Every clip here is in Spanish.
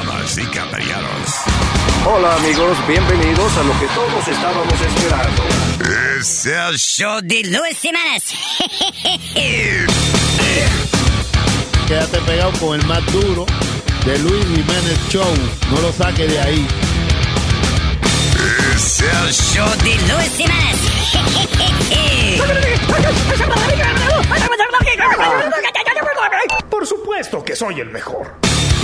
Damas y caballeros. Hola amigos, bienvenidos a lo que todos estábamos esperando. Es el show de Luis Jiménez. Quédate pegado con el más duro de Luis Jiménez Show. No lo saques de ahí. Es el show de Luis Jiménez. Por supuesto que soy el mejor.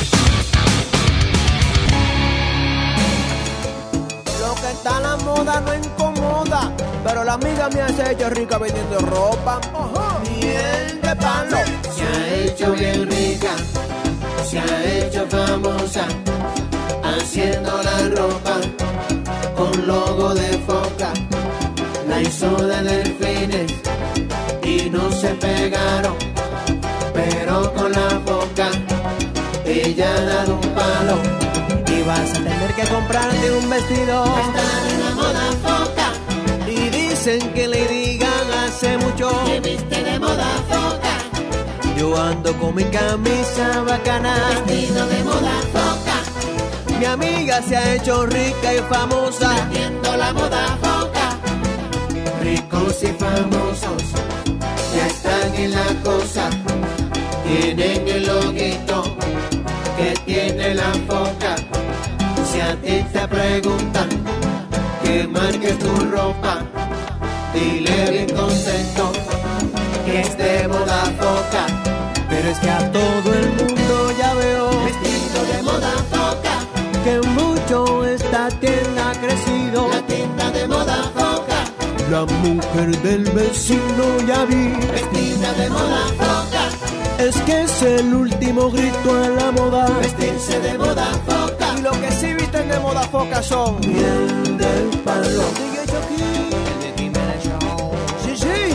Lo que está a la moda no incomoda, pero la amiga me hace hecho rica vendiendo ropa. Miel de palo. Se ha hecho bien rica, se ha hecho famosa, haciendo la ropa con logo de foca. La hizo de delfines y no se pegaron, pero con la foca ella ha dado un palo. Y vas a tener que comprarte un vestido. Está en la moda foca. Y dicen que le digan hace mucho que viste de moda foca. Yo ando con mi camisa bacana, vestido de moda foca. Mi amiga se ha hecho rica y famosa, vendiendo la moda foca. Ricos y famosos ya están en la cosa. Tienen el loguito que tiene la foca. Si a ti te preguntan que marques tu ropa, dile bien contento que es de moda foca. Pero es que a todo el mundo ya veo vestido de moda foca. Que mucho esta tienda ha crecido, la tienda de moda foca. La mujer del vecino ya vi vestida de moda foca. Es que es el último grito a la moda, vestirse de moda foca. Y lo que sí visten de moda foca son miel del palo. DJ Chucky, el de Jiménez Show. Sí, sí.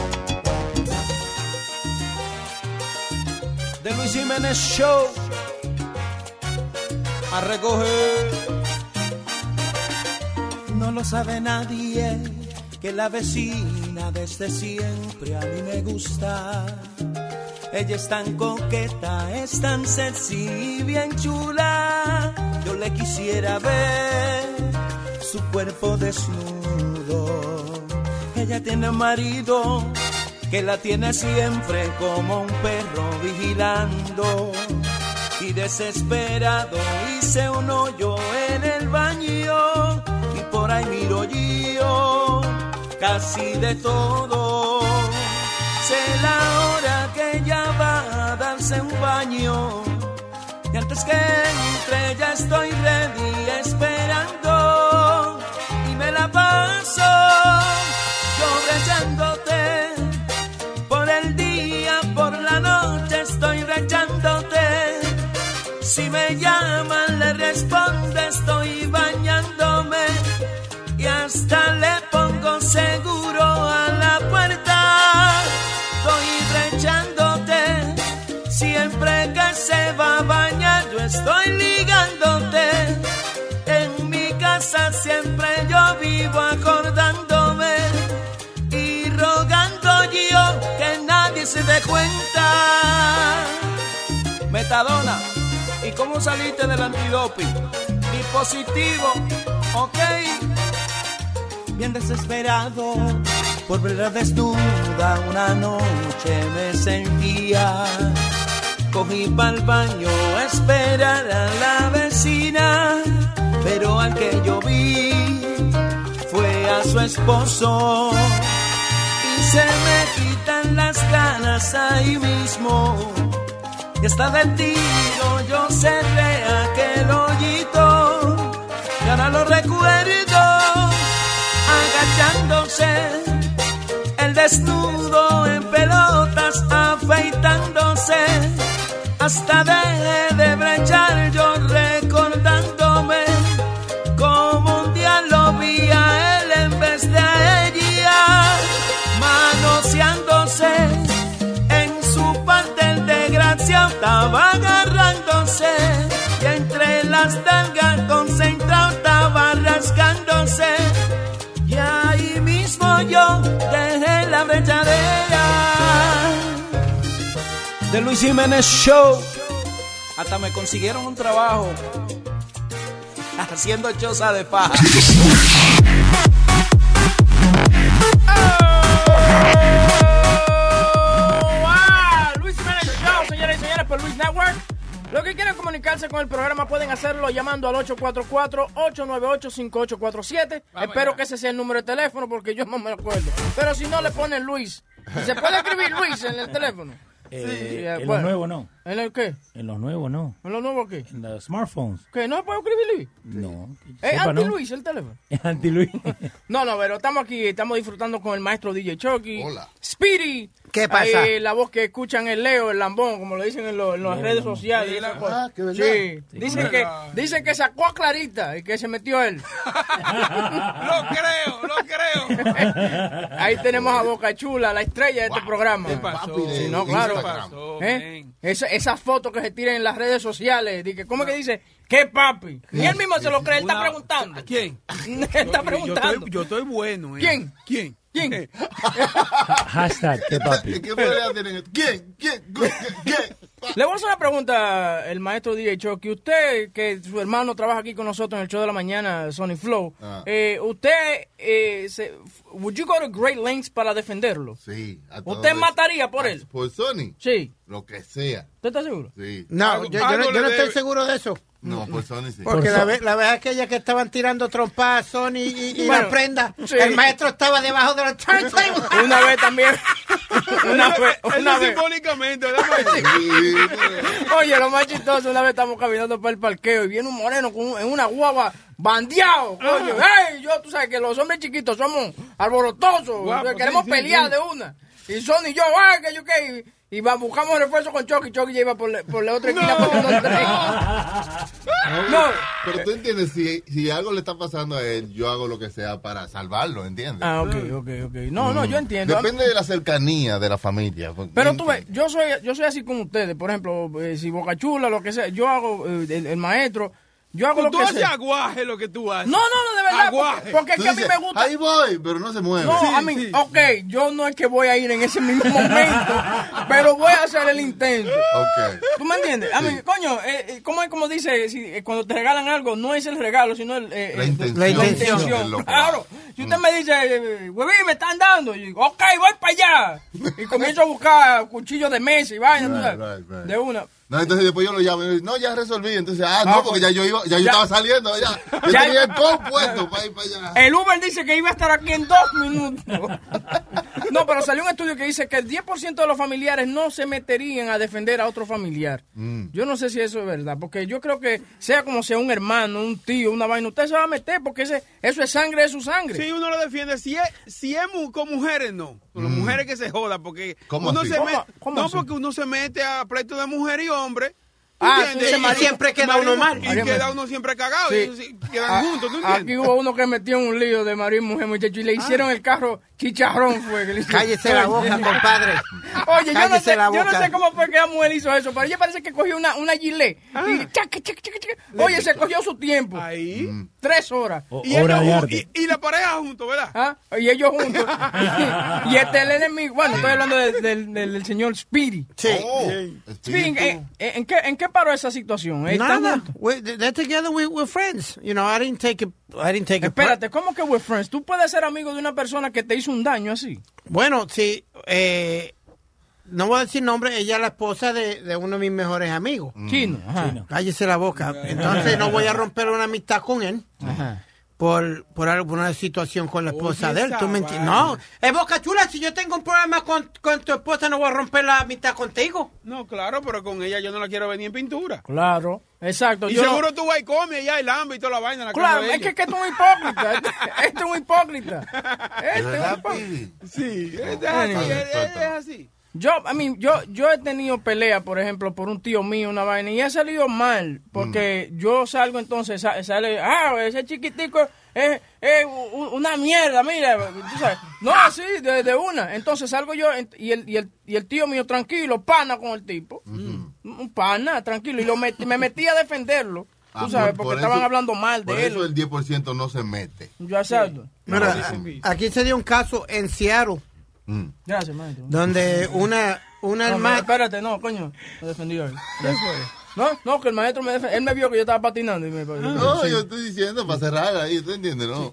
De Luis Jiménez Show. A recoger. No lo sabe nadie, que la vecina desde siempre a mí me gusta. Ella es tan coqueta, es tan sexy y bien chula. Yo le quisiera ver su cuerpo desnudo. Ella tiene un marido que la tiene siempre como un perro vigilando. Y desesperado hice un hoyo en el baño y por ahí miro yo casi de todo. Sé la hora que ella va a darse un baño y antes que entre ya estoy ready esperando y me la paso yo brechándote por el día, por la noche estoy brechándote. Si me llaman le respondo, estoy bañándome y hasta le pongo seguro a la puerta. Estoy brechándote, siempre que se va a bañar yo estoy ligándote. En mi casa siempre yo vivo acordándome y rogando yo que nadie se dé cuenta. Metadona, ¿y cómo saliste del antidoping? Y positivo, ok. Bien desesperado por verla desnuda, una noche me sentía. Cogí pa'l baño a esperar a la vecina, pero al que yo vi fue a su esposo. Y se me quitan las ganas ahí mismo. Y hasta del tiro yo cerré aquel hoyito. Y ahora lo recuerdo agachándose, el desnudo en pelotas afeitándose. Hasta dejé de brechar yo recordándome como un día lo vi a él en vez de a ella, manoseándose en su parte el desgraciado estaba agarrándose y entre las nalgas concentrado estaba rascándose y ahí mismo yo dejé la brechadera. De Luis Jiménez Show. Hasta me consiguieron un trabajo haciendo choza de paja. Luis Jiménez Show, señoras y señores, por Luis Network. Los que quieran comunicarse con el programa pueden hacerlo llamando al 844-898-5847. Espero que ese sea el número de teléfono porque yo no me acuerdo. Pero si no, le ponen Luis. ¿Y se puede escribir Luis en el teléfono? En los nuevos no. ¿En el qué? En los nuevos no. ¿En los nuevos qué? En los smartphones. ¿Qué? ¿No se puede escribir Luis? No. ¿Es anti-Luis el teléfono? Es anti-Luis. No, pero estamos aquí, estamos disfrutando con el maestro DJ Chucky. Hola. Speedy. ¿Qué pasa? La voz que escuchan es Leo, el lambón, como lo dicen en las redes sociales. Y esas cosas. qué verdad. Sí. Dicen que sacó a Clarita y que se metió él. Lo creo. Ahí tenemos a Boca Chula, la estrella de este programa. ¿Qué pasó? Sí, no, claro. ¿Qué pasó, Esas fotos que se tiran en las redes sociales. ¿Cómo es que dice? ¿Qué papi? Y él mismo se lo cree, él está preguntando. ¿Quién? Él está preguntando. Yo estoy bueno. ¿Quién? ¿Quién? Hashtag, ¿qué papi? ¿Qué podría tener? ¿Quién? Le voy a hacer una pregunta al maestro DJ Chucky. Usted, que su hermano trabaja aquí con nosotros en el show de la mañana, Sony Flow, usted, would you go to great lengths para defenderlo? Sí. ¿Usted mataría por él? ¿Por Sony? Sí. Lo que sea. ¿Usted está seguro? Sí. No, yo no estoy seguro de eso. No, por Sony sí. Porque la vez aquella que estaban tirando trompadas Sony y Bueno, la prenda, sí. el maestro estaba debajo de los turntables. Una vez también. Una vez. Simbólicamente, Oye, lo más chistoso, una vez estamos caminando para el parqueo y viene un moreno en una guagua bandeado. Coño, hey, tú sabes que los hombres chiquitos somos alborotosos. Guapo, queremos sí, pelear sí. de una. Y Sony y yo, y buscamos refuerzo con Chucky. Chucky ya iba por la otra esquina pasando el tren. No. Pero tú entiendes, si algo le está pasando a él, yo hago lo que sea para salvarlo, ¿entiendes? Ah, ok. No, yo entiendo. Depende de la cercanía de la familia. Pero tú ves, yo soy así con ustedes. Por ejemplo, si Boca Chula, lo que sea, yo hago el maestro. Yo hago lo que sea. Tú haces aguaje lo que tú haces. No, de verdad. Aguaje. Porque es que a mí me gusta. Ahí voy, pero no se mueve. No, Sí, a mí, sí. ok, yo no es que voy a ir en ese mismo momento, pero voy a hacer el intento. Ok. ¿Tú me entiendes? A mí, coño, como dice, cuando te regalan algo, no es el regalo, sino La intención. La intención. Es lo que Claro. Si usted me dice, hueví, me están dando, yo digo, ok, voy para allá. Y comienzo a buscar cuchillos de mesa y vaina, tú sabes, Right. de una. No, entonces después yo lo llamo y digo, no, ya resolví. Entonces, no, porque ya yo estaba saliendo, yo Ya- tenía el compuesto para ir para allá. El Uber dice que iba a estar aquí en 2 minutos. No, pero salió un estudio que dice que el 10% de los familiares no se meterían a defender a otro familiar. Yo no sé si eso es verdad, porque yo creo que sea como sea un hermano, un tío, una vaina, usted se va a meter porque eso es sangre de su sangre. Sí, uno lo defiende. Si es con mujeres, no. Con las mujeres que se jodan, porque ¿Cómo uno así? se mete. ¿Cómo No, así? porque uno se mete a pleito de mujer y hombre. Y siempre queda uno mal. Y queda uno siempre cagado. Sí. Y quedan juntos, ¿tú entiendes? Aquí hubo uno que metió en un lío de marido y mujer, muchacho, y le hicieron el carro chicharrón. Fue que le hicieron. Cállese la boca, compadre. Oye, yo no boca. sé cómo fue que la mujer hizo eso, pero ella parece que cogió una gilet y chaca. Oye, se cogió su tiempo. Ahí. 3 horas. Y, Obra de ellos, arte. y la pareja juntos, ¿verdad? ¿Ah? Y ellos juntos. Y este es el enemigo. Bueno, estoy hablando del señor Speedy. Sí. Speedy, ¿en qué paró esa situación? ¿Están Nada. juntos? They're together. We're friends. You know, I didn't take it. Espérate, ¿cómo que we're friends? ¿Tú puedes ser amigo de una persona que te hizo un daño así? Bueno, sí. No voy a decir nombre. Ella es la esposa de uno de mis mejores amigos. Chino. Ajá. Cállese la boca. Entonces no voy a romper una amistad con él. Ajá. Por alguna situación con la esposa Oye, de él. ¿Tú me esa entiendes? vaina. No, es Boca Chula. Si yo tengo un problema con tu esposa, no voy a romper la amistad contigo. No, claro, pero con ella yo no la quiero venir en pintura. Claro, exacto. Y Yo seguro tú vas y comes allá el hambre y toda la vaina en la Claro, casa de es que ella. esto es un hipócrita. Este es un hipócrita. Este es un ¿Verdad, hipócrita. Pidi? Sí, es así. Yo he tenido peleas, por ejemplo, por un tío mío, una vaina, y he salido mal, porque yo salgo entonces, sale, ese chiquitico es una mierda, mira, tú sabes. No, así, de una. Entonces salgo yo y el tío mío tranquilo, pana con el tipo. Un pana, tranquilo, y me metí a defenderlo. Tú sabes, porque estaban hablando mal de él. Por eso el 10% no se mete. Yo exacto. Mira, aquí se dio un caso en Seattle, Gracias, maestro. donde una No, hermana... espérate, no, coño. Me defendí hoy. No, que el maestro él me vio que yo estaba patinando. Y no, yo estoy diciendo para cerrar ahí, ¿tú entiendes? No.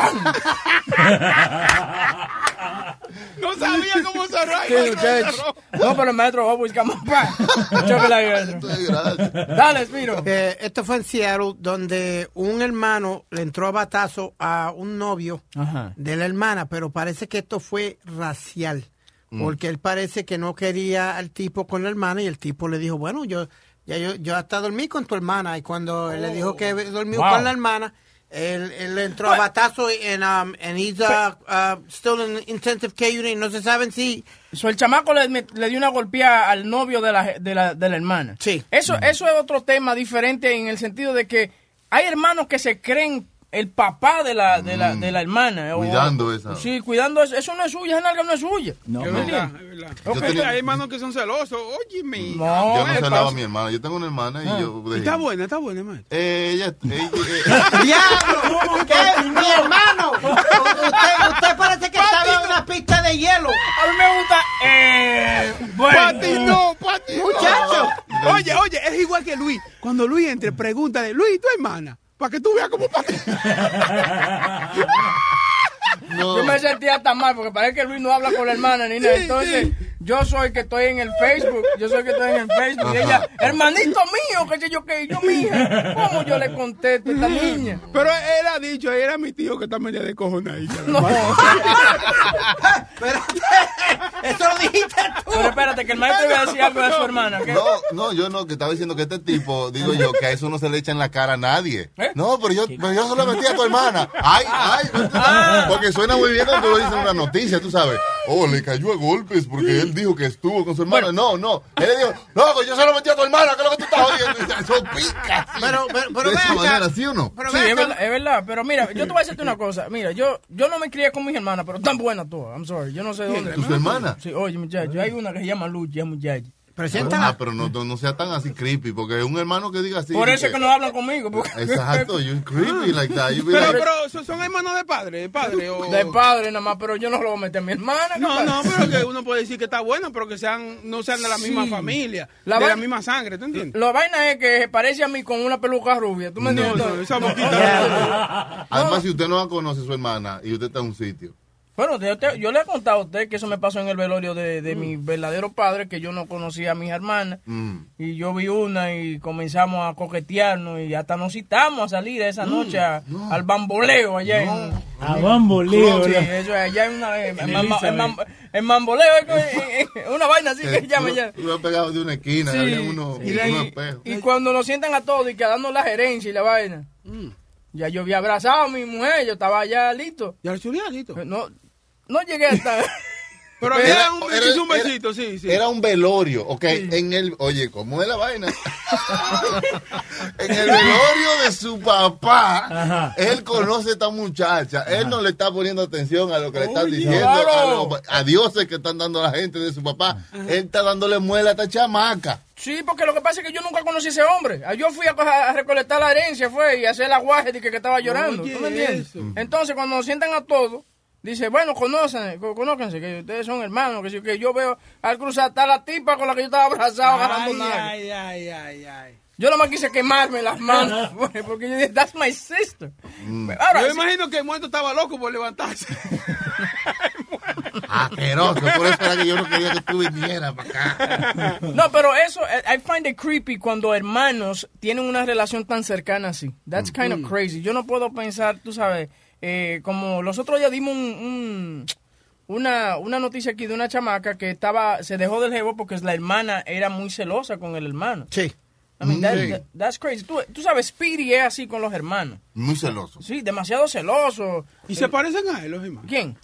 No sabía cómo cerrar. Sí, no, pero el maestro va a buscar más pan. Dale, Spiro. Esto fue en Seattle, donde un hermano le entró a batazo a un novio de la hermana, pero parece que esto fue racial. Porque él parece que no quería al tipo con la hermana y el tipo le dijo, bueno, yo hasta dormí con tu hermana. Y cuando él le dijo que dormió con la hermana, él entró a batazo and he's still in intensive care unit. No se saben si... El chamaco le dio una golpeada al novio de la hermana. Sí. Eso es otro tema diferente en el sentido de que hay hermanos que se creen el papá de la hermana. Cuidando esa. Sí, cuidando eso. Eso no es suya, esa nalga no es suya. No, es verdad. Okay. Hay hermanos que son celosos. Óyeme. No, yo no celaba a mi hermana. Yo tengo una hermana y yo... Está buena, hermano. ¡Diablo! ¿Qué? ¡Mi hermano! Usted parece que estaba en una pista de hielo. A mí me gusta... Patino. Muchacho. Oye, es igual que Luis. Cuando Luis entre, pregúntale, Luis, ¿tu hermana? Para que tú veas cómo No. Yo me sentía tan mal porque parece que Luis no habla con la hermana ni nada. Entonces, yo soy que estoy en el Facebook. Y ella, hermanito mío, que sé yo que yo, mija. ¿Cómo yo le contesto a esta niña? Pero él ha dicho, era mi tío que está media de cojonadita. No. Eso lo dijiste tú. Pero espérate, que el maestro iba a decir algo de su hermana. ¿Qué? No, yo no, que estaba diciendo que este tipo, digo yo, que a eso no se le echa en la cara a nadie. No, pero yo solo metí a tu hermana. Ay, porque suena muy bien cuando tú lo dices en una noticia, tú sabes. Oh, le cayó a golpes porque él dijo que estuvo con su hermana. No. Él le dijo, no, yo solo metí a tu hermana, que es lo que tú estás oyendo. Eso pica. Pero de esa manera, ¿sí o no? Sí, es verdad. Pero mira, yo te voy a decirte una cosa. Mira, yo no me crié con mis hermanas, pero tan buenas todas. I'm sorry. Yo no sé dónde. ¿Tus hermanas? Sí, oye, muchacho. Hay una que se llama Lucha, muchacho. Pero no sea tan así creepy, porque un hermano que diga así. Por eso es que no hablan conmigo. Exacto, you're creepy like that. Pero son hermanos de padre o... De padre nada más, pero yo no lo voy a meter a mi hermana. No, pero que uno puede decir que está bueno, pero que no sean de la misma familia, de la misma sangre, ¿tú entiendes? La vaina es que parece a mí con una peluca rubia, ¿tú me entiendes? No, esa boquita. Además, si usted no conoce a su hermana y usted está en un sitio. Bueno, yo le he contado a usted que eso me pasó en el velorio de mi verdadero padre, que yo no conocía a mis hermanas. Y yo vi una y comenzamos a coquetearnos y hasta nos citamos a salir esa noche al bamboleo allá en... A bamboleo. Sí, eso allá en bamboleo, una vaina así que se llama allá. Uno pegado de una esquina, sí, había unos espejos. Y cuando nos sientan a todos y quedando la gerencia y la vaina. Ya yo había abrazado a mi mujer, yo estaba allá listo. ¿Ya lo listo? No llegué hasta... Pero era un besito, sí. Era un velorio, ok. Sí. Oye, ¿cómo es la vaina? En el velorio de su papá, él conoce a esta muchacha. Él no le está poniendo atención a lo que le están diciendo, claro. a dioses que están dando la gente de su papá. Él está dándole muela a esta chamaca. Sí, porque lo que pasa es que yo nunca conocí a ese hombre. Yo fui a recolectar la herencia, y hacer el aguaje de que estaba llorando. ¿Tú me entiendes? Entonces, cuando nos sientan a todos, dice, bueno, conócense, que ustedes son hermanos, que yo veo al cruzar está la tipa con la que yo estaba abrazado agarrando nada. Ay. Yo nomás quise quemarme las manos, porque yo dije, that's my sister. Ahora, yo imagino que el muerto estaba loco por levantarse. Asqueroso, por eso era que yo no quería que tú vinieras para acá. No, pero eso, I find it creepy cuando hermanos tienen una relación tan cercana así. That's kind of crazy. Yo no puedo pensar, tú sabes... como los otros días dimos una noticia aquí de una chamaca que se dejó del jevo porque la hermana era muy celosa con el hermano. Sí. I mean, that's crazy. Tú sabes, Speedy es así con los hermanos. Muy celoso. Sí, demasiado celoso. ¿Y se parecen a él los hermanos? ¿Quién?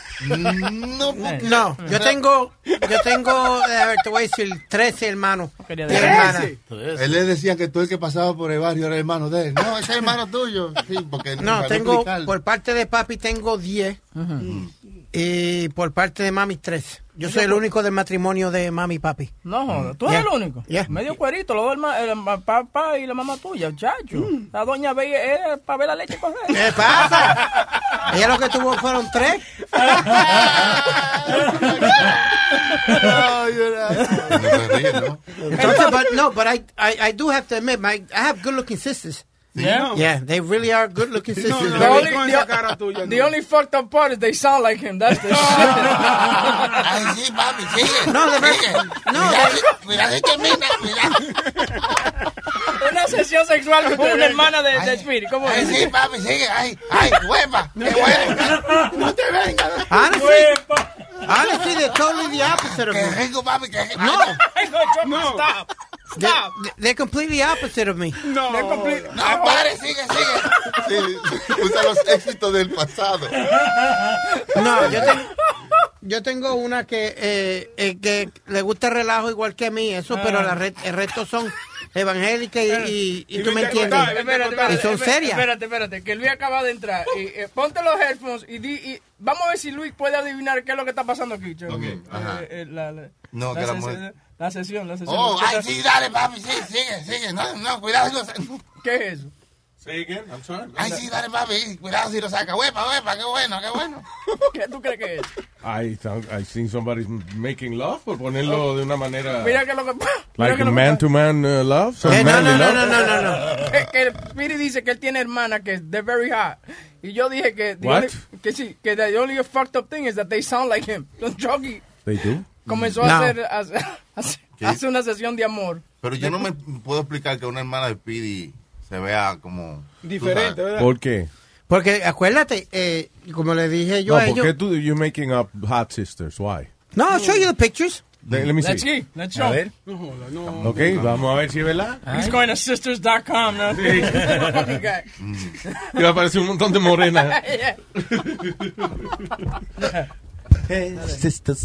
No, yo tengo, a ver, te voy a decir, 13 hermanos. Él le decía que tú el que pasaba por el barrio era hermano de él. No, ese es hermano tuyo. Sí, porque no, tengo, por parte de papi tengo 10 y por parte de mami 13. Yo soy el único del matrimonio de mami y papi. No jodas, tú eres el único. Medio cuerito, los dos el papá y la mamá tuya, chacho. La doña veía era para ver la leche correr. ¿Qué pasa? Ella lo que tuvo fueron 3. But I do have to admit, I have good-looking sisters. Yeah, they really are good-looking sisters. The only fucked up part is they sound like him. That's the shit. Ay, sí, papi, sigue. No, de verdad. Mira, termina. Una sesión sexual con una hermana de Speedy. ¿Cómo es? Ay, sí, papi, sigue. Ay, huepa. Qué bueno. No te vengas. Honestly, they're totally the opposite of me. Qué rico, papi, qué rico. No. Stop. They're completely opposite of me. No, pare, sigue. Sí, usa los éxitos del pasado. No, yo tengo una que le gusta el relajo igual que a mí, eso, pero el resto son evangélicas y tú me entiendes. Y son serias. Espérate, que Luis acaba de entrar. Ponte los headphones y vamos a ver si Luis puede adivinar qué es lo que está pasando aquí. Okay. La sesión. Oh, ay, sí, dale, papi, sigue. No, cuidado. ¿Qué es eso? Say again, I'm sorry. Ay, sí, dale, papi, cuidado si lo saca. Huepa, qué bueno. ¿Qué tú crees que es? I think somebody's making love, por ponerlo de una manera... Mira que lo que... Like a man-to-man love? No. Que Speedy dice que él tiene hermana que they're very hot. Y yo dije que... que the only fucked up thing is that they sound like him. Don Chucky They do? comenzó a hacer una sesión de amor. Pero yo no me puedo explicar que una hermana de Speedy se vea como... diferente, ¿verdad? ¿Por qué? Porque acuérdate, como le dije yo a ellos... ¿por qué you're making up hot sisters? Why? No, I'll show you the pictures. Let me see. Let's show. A ver. No. Ok, vamos a ver si es verdad. He's going to sisters.com, ¿no? Y va a aparecer un montón de morenas. Sister.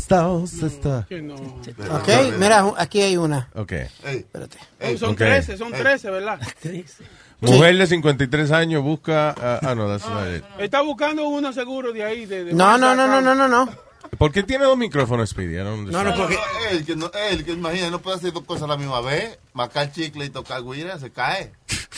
Ok, mira, aquí hay una. Ok. Espérate. Son 13, ¿verdad? Mujer de 53 años busca... no, that's not it. Está buscando uno seguro de ahí. No. ¿Por qué tiene dos micrófonos, Speedy? No, porque... Él que imagina, no puede hacer dos cosas a la misma vez. Macar chicle y tocar guira, se cae.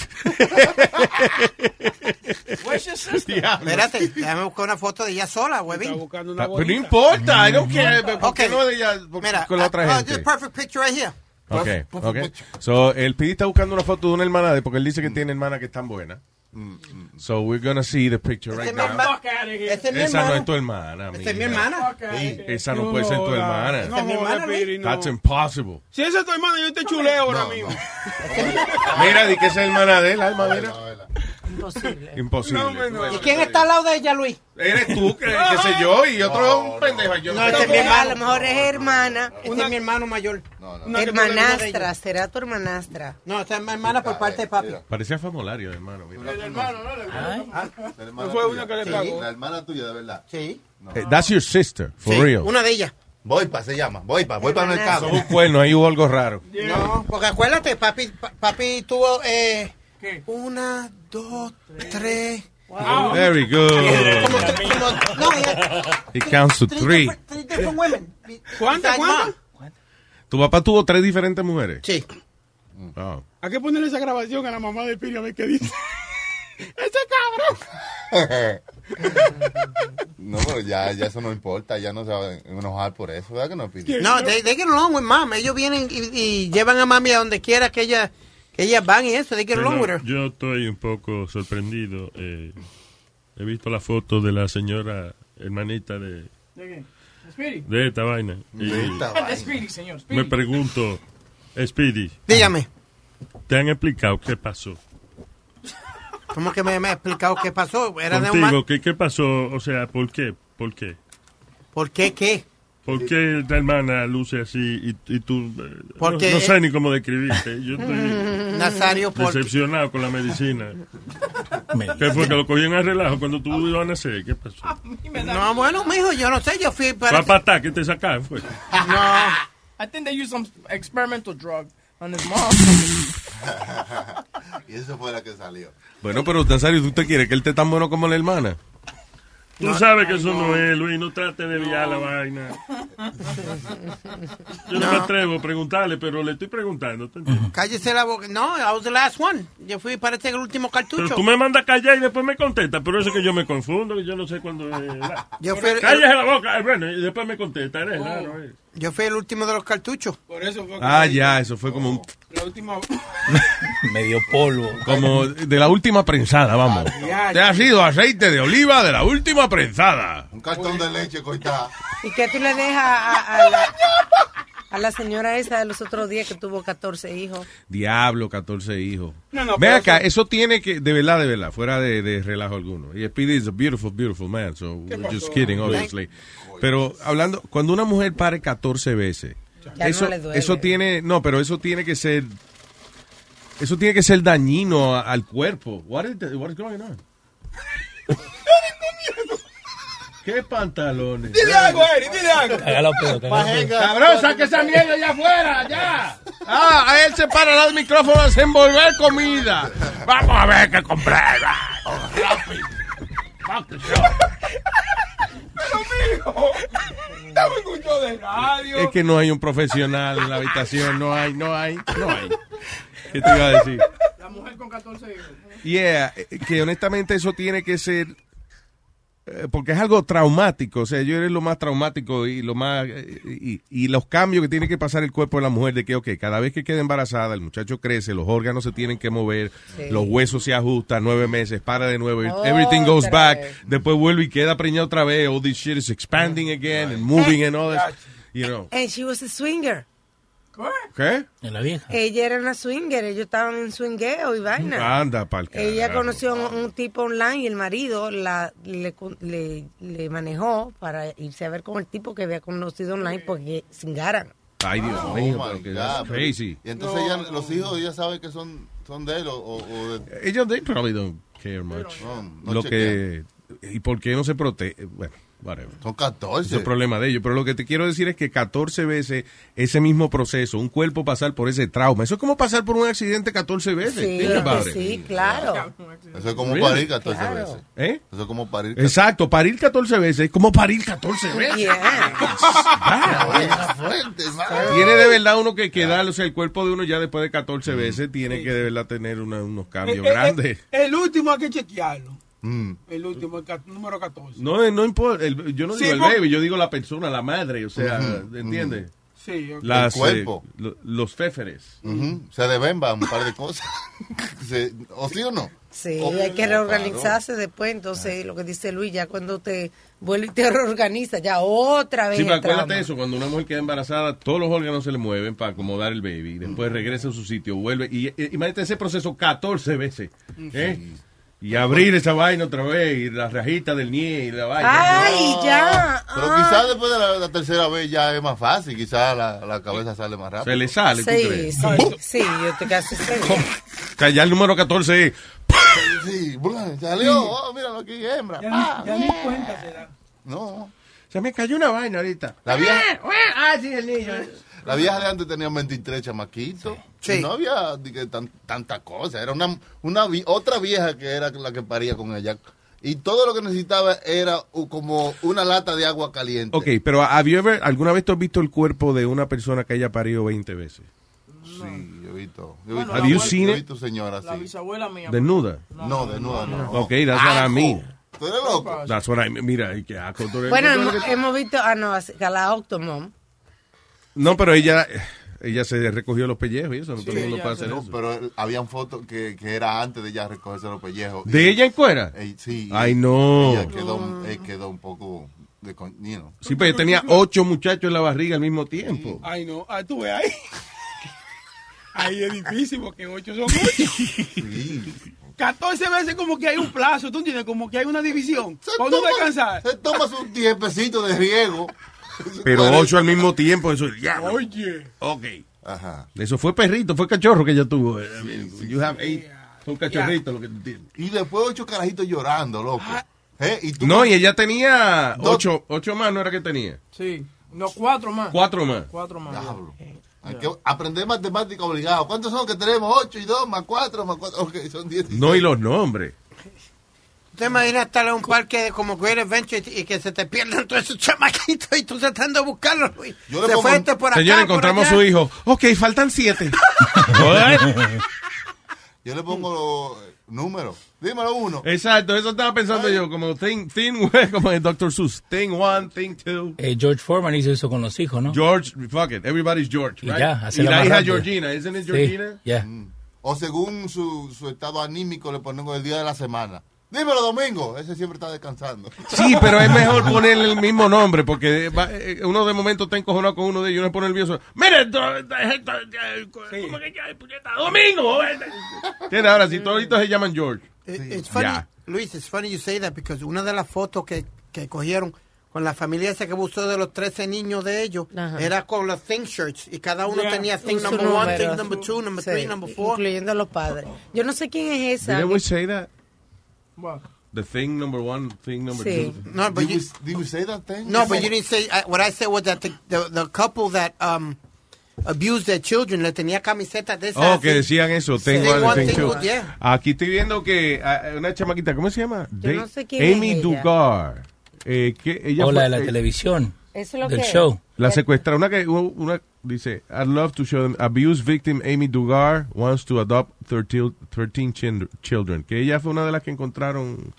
Where's your sister? Espérate, déjame buscar una foto de ella sola, huevín. Está buscando una Pero bolita. no importa, I don't care. ¿Por qué Okay. no de ella Mira, con la otra gente? this is a perfect picture right here. Okay. So, el Speedy está buscando una foto de una hermana porque él dice que tiene hermanas que están buenas. So, we're gonna see the picture right now. Esa no es tu hermana, amiga. Esta es mi hermana. Esa no puede ser tu hermana. No, no. That's impossible. Si esa es tu hermana, yo te chuleo ahora mismo. Mira, di que esa es hermana de él, Alma, mira. Imposible. ¿Y quién está al lado de ella, Luis? Eres tú, qué sé yo, y otro pendejo. Yo No, este es mi A hermano. lo mejor es hermana. Este es mi hermano mayor. Hermanastra, será tu hermanastra. No, esta es mi hermana por parte de papi. Parecía famolario, hermano. Mira. El hermano, ¿no? Fue una que le pagó. La hermana tuya, de verdad. Sí. That's your sister, for real. Una de ellas. Boipa se llama. Voy para el mercado. Son un cuerno, ahí hubo algo raro. No, porque acuérdate, papi tuvo 1, 2, 3. Wow. Very good. No, He counts to 3. different women. ¿Cuántas? ¿Tu papá tuvo 3 diferentes mujeres? Sí. Oh. Hay que ponerle esa grabación a la mamá de Piri a ver qué dice. ¡Ese cabrón! No, pero ya eso no importa. Ya no se va a enojar por eso. ¿Verdad que no, Piri? No, they get along with mom. Ellos vienen y llevan a mami a donde quiera que ellas van y eso. They get along with her. Yo estoy un poco sorprendido. He visto la foto de la señora hermanita de esta vaina. De Speedy, señor. Speedy. Me pregunto, Speedy. Dígame. ¿Te han explicado qué pasó? ¿Cómo que me ha explicado qué pasó? Era Contigo, de un ¿qué pasó? O sea, ¿por qué? ¿Por qué? ¿Por qué qué? ¿Por qué la hermana luce así y tú... Porque no sé ni cómo describirte. Yo estoy Nazario, decepcionado con la medicina. ¿Qué fue? ¿Que lo cogían a relajo cuando tú ibas a nacer? ¿Qué pasó? No, bueno, mijo, yo no sé. Yo fui para... ¿Va a patar? ¿Qué te sacaban? Fue. No. I think they used some experimental drug on his mom. Y eso fue la que salió. Bueno, pero Nazario, ¿tú te quieres que él esté tan bueno como la hermana? Tú sabes que eso no es, Luis. No trate de liar la vaina. Yo no me atrevo a preguntarle, pero le estoy preguntando. Cállese la boca. No, I was the last one. Yo fui para el último cartucho. Pero tú me mandas callar y después me contestas. Pero eso es que yo me confundo y yo no sé cuándo es. Yo fui Cállese la boca. Bueno, y después me contesta. Eres raro, Yo fui el último de los cartuchos. Por eso fue eso fue como un... La última... medio polvo. Como de la última prensada, vamos. Te ha sido aceite de oliva de la última prensada. Un cartón de leche, coitada. ¿Y qué tú le dejas a la señora esa de los otros días que tuvo 14 hijos? Diablo, 14 hijos. No, ve acá, eso tiene que, de verdad, fuera de relajo alguno. Y Speedy is a beautiful, beautiful man, so we're just kidding, obviously. Pero hablando, cuando una mujer pare 14 veces, eso tiene que ser dañino al cuerpo. What is going on? ¿Qué pantalones? Dile algo, Eri, dile algo. Cabrón, saque esa mierda allá afuera, ya. A él se para al micrófono a desenvolver comida. Vamos a ver qué compré. Rápido. Fuck the show. Pero mijo, estamos en un show de radio. Es que no hay un profesional en la habitación, no hay. ¿Qué te iba a decir? La mujer con 14 hijos. Yeah, que honestamente eso tiene que ser, porque es algo traumático, o sea, yo eres lo más traumático y lo más y los cambios que tiene que pasar el cuerpo de la mujer, de que cada vez que queda embarazada, el muchacho crece, los órganos se tienen que mover, los huesos se ajustan, 9 meses, para de nuevo, everything goes back, después vuelve y queda preñado otra vez, all this shit is expanding again and moving and all that, you know. And she was a swinger. ¿Qué? En la vieja. Ella era una swinger, ellos estaban en swingueo y vaina. Anda, pa'l carajo. Ella conoció un tipo online y el marido le manejó para irse a ver con el tipo que había conocido online porque cingaran. Ay, Dios mío, porque that's crazy. Y entonces los hijos ya saben que son de él o de... Ellos, they probably don't care much. ¿Y por qué no se protege? Bueno. Whatever. Son 14. Ese es el problema de ellos. Pero lo que te quiero decir es que 14 veces ese mismo proceso, un cuerpo pasar por ese trauma, eso es como pasar por un accidente 14 veces. Sí, claro. Eso es como parir 14 veces. Eso es como parir 14 Exacto, parir 14 veces es como parir 14 veces. Tiene de verdad uno que quedar, o sea, el cuerpo de uno ya después de 14 veces tiene que de verdad tener unos cambios grandes. El último hay que chequearlo. El último, el número 14. No importa, yo no digo el baby, yo digo la persona, la madre, o sea, ¿entiendes? Sí, el cuerpo. Los féferes. Se debemba un par de cosas. ¿O sí o no? Sí, hay que reorganizarse después, entonces lo que dice Luis, ya cuando te vuelve y te reorganiza, ya otra vez. Sí, pero acuérdate eso, cuando una mujer queda embarazada, todos los órganos se le mueven para acomodar el baby, después regresa a su sitio, vuelve, y imagínate ese proceso 14 veces, Y abrir esa vaina otra vez, y la rajita del nie y la vaina. ¡Ay, ya! Pero quizás después de la tercera vez ya es más fácil, quizás la cabeza sale más rápido. Se le sale, ¿tú crees? Sí, yo te casi sé. Que ya el número 14 es... Sí, salió, míralo aquí, hembra. Ya ni cuenta se da. No. Se me cayó una vaina ahorita. La vieja... sí, el niño. La vieja de antes tenía 23 chamaquitos. Sí. No había tanta cosa. Era otra vieja que era la que paría con ella. Y todo lo que necesitaba era como una lata de agua caliente. Ok, pero ¿alguna vez tú has visto el cuerpo de una persona que haya parido 20 veces? Sí, yo he visto. ¿Have you seen it? Yo he visto señora, la bisabuela mía. ¿Desnuda? No, desnuda no. Ok, that's what I mean. ¿Tú eres loco? That's what I mean. Mira, qué asco. Bueno, hemos visto a la Octomom. No, pero ella se recogió los pellejos y eso, no todo el mundo puede hacer eso. Pero habían fotos que era antes de ella recogerse los pellejos. ¿De ella en cuera? Sí. Ay, no. Ella quedó un poco de coñino. Sí, pero tenía 8 muchachos en la barriga al mismo tiempo. Ay, no. Tú ves ahí. Ahí es difícil porque 8 son 8. Sí. 14 veces como que hay un plazo, ¿tú entiendes? Como que hay una división. ¿Para no descansar? Se toma sus tiempecitos de riego. Pero 8 al mismo tiempo, eso ya. Oye. Ok. Ajá. Eso fue perrito, fue cachorro que ella tuvo. You have 8. Son cachorritos lo que tú tienes. Y después 8 carajitos llorando, loco. Y ella tenía 8 más, ¿no era que tenía? Sí. No, 4 más. 4 más. 4 más. Diablo. Hay que aprender matemática obligado. ¿Cuántos son que tenemos? 8 y 2 más 4 más 4. Ok, son 10. No, y los nombres. ¿Te imaginas estar en un parque como Great Adventure y que se te pierdan todos esos chamaquitos y tú tratando de buscarlos, Luis? Señor, encontramos a su hijo. Ok, faltan 7. Yo le pongo números. Dímelo uno. Exacto, eso estaba pensando yo, como thing, como el Dr. Seuss. Thing 1, thing 2. George Foreman hizo eso con los hijos, ¿no? George, fuck it, everybody's George, right? Y ya, y la hija Georgina, ¿isn't it Georgina? Yeah. O según su estado anímico le ponemos el día de la semana. Dímelo, Domingo. Ese siempre está descansando. Sí, pero es mejor ponerle el mismo nombre porque uno de momento está encojonado con uno de ellos y uno se pone nervioso. ¡Mire! ¿Cómo que ya? ¡Domingo! ¿Entiendes? Ahora, si todos se llaman George. It's funny, Luis, it's funny you say that because una de las fotos que cogieron con la familia esa que buscó de los 13 niños de ellos, era con los thing shirts y cada uno tenía thing number 1, thing number 2, number 3, number 4. Incluyendo los padres. Yo no sé quién es esa. Didn't we say that? What? The thing number 1, thing number 2. No, but did we say that thing? No, but you didn't say. What I said was that the couple that abused their children le tenía camisetas de esas. Oh, que decían eso. Thing 1, thing 2. Yeah. Aquí estoy viendo que una chamaquita, ¿cómo se llama? Yo no sé quién Amy es ella. Dugar. Ella la de la televisión. Eso es lo del que show. La secuestraron. Una dice, I'd love to show them. Abuse victim Amy Dugar wants to adopt 13 children. Que ella fue una de las que encontraron.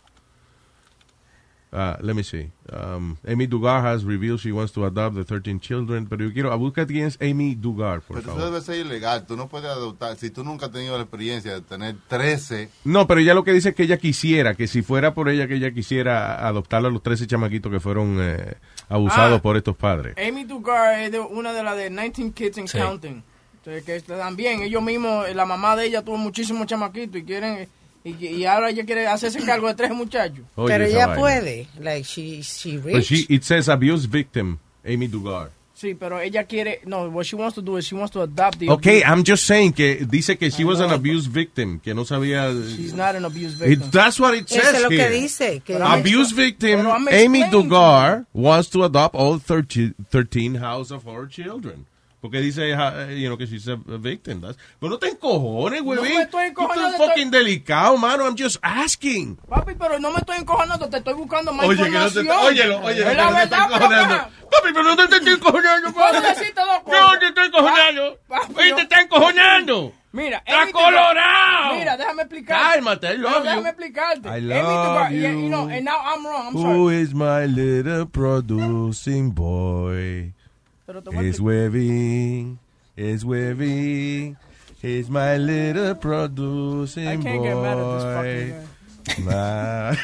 Let me see. Amy Dugar has revealed she wants to adopt the 13 children. Pero yo quiero, busca quién es Amy Dugar, por pero favor. eso debe ser ilegal. Tú no puedes adoptar. Si tú nunca has tenido la experiencia de tener 13. No, pero ella lo que dice es que ella quisiera, que si fuera por ella, que ella quisiera adoptar a los 13 chamaquitos que fueron abusados por estos padres. Amy Dugar es una de las de 19 Kids and Counting. Entonces, que también ellos mismos, la mamá de ella tuvo muchísimos chamaquitos y quieren... Y ahora ella quiere hacerse cargo de 3 muchachos. Oye, pero ella vaina. puede. Like, she But rich. it says abuse victim, Amy Dugar. Sí, pero ella quiere... No, what she wants to do is she wants to adopt the... Okay, I'm just saying que dice que she was an abuse victim, que no sabía... She's not an abuse victim. That's what it says Eso es lo que here. dice. Que Abuse victim, Pero I'm Amy explaining Dugar wants to adopt all 13 House of Horror children. Porque dice, que she's a victim. Pero no te encojones, güey. No me estoy encojonando. Tú estás fucking delicado, mano. I'm just asking. Papi, pero no me estoy encojonando, te estoy buscando más Oye, que no te información. óyelo, Es que la no te está verdad, encojonando. Papi, pero no te estoy encojonando, ¿Puedo papi. decirte dos cosas? No te estoy encojonando. Papi, Oye, te está encojonando. Mira, ¡Está Amy Dugar- colorado! Mira, déjame explicarte. Cálmate, I love you. Déjame explicarte. I Amy love Dugar, you. you know, and now I'm wrong, I'm Who sorry. is my little producing boy? Pero te voy a It's waving, it's waving. He's my little producing I can't boy. get mad at this fucking guy.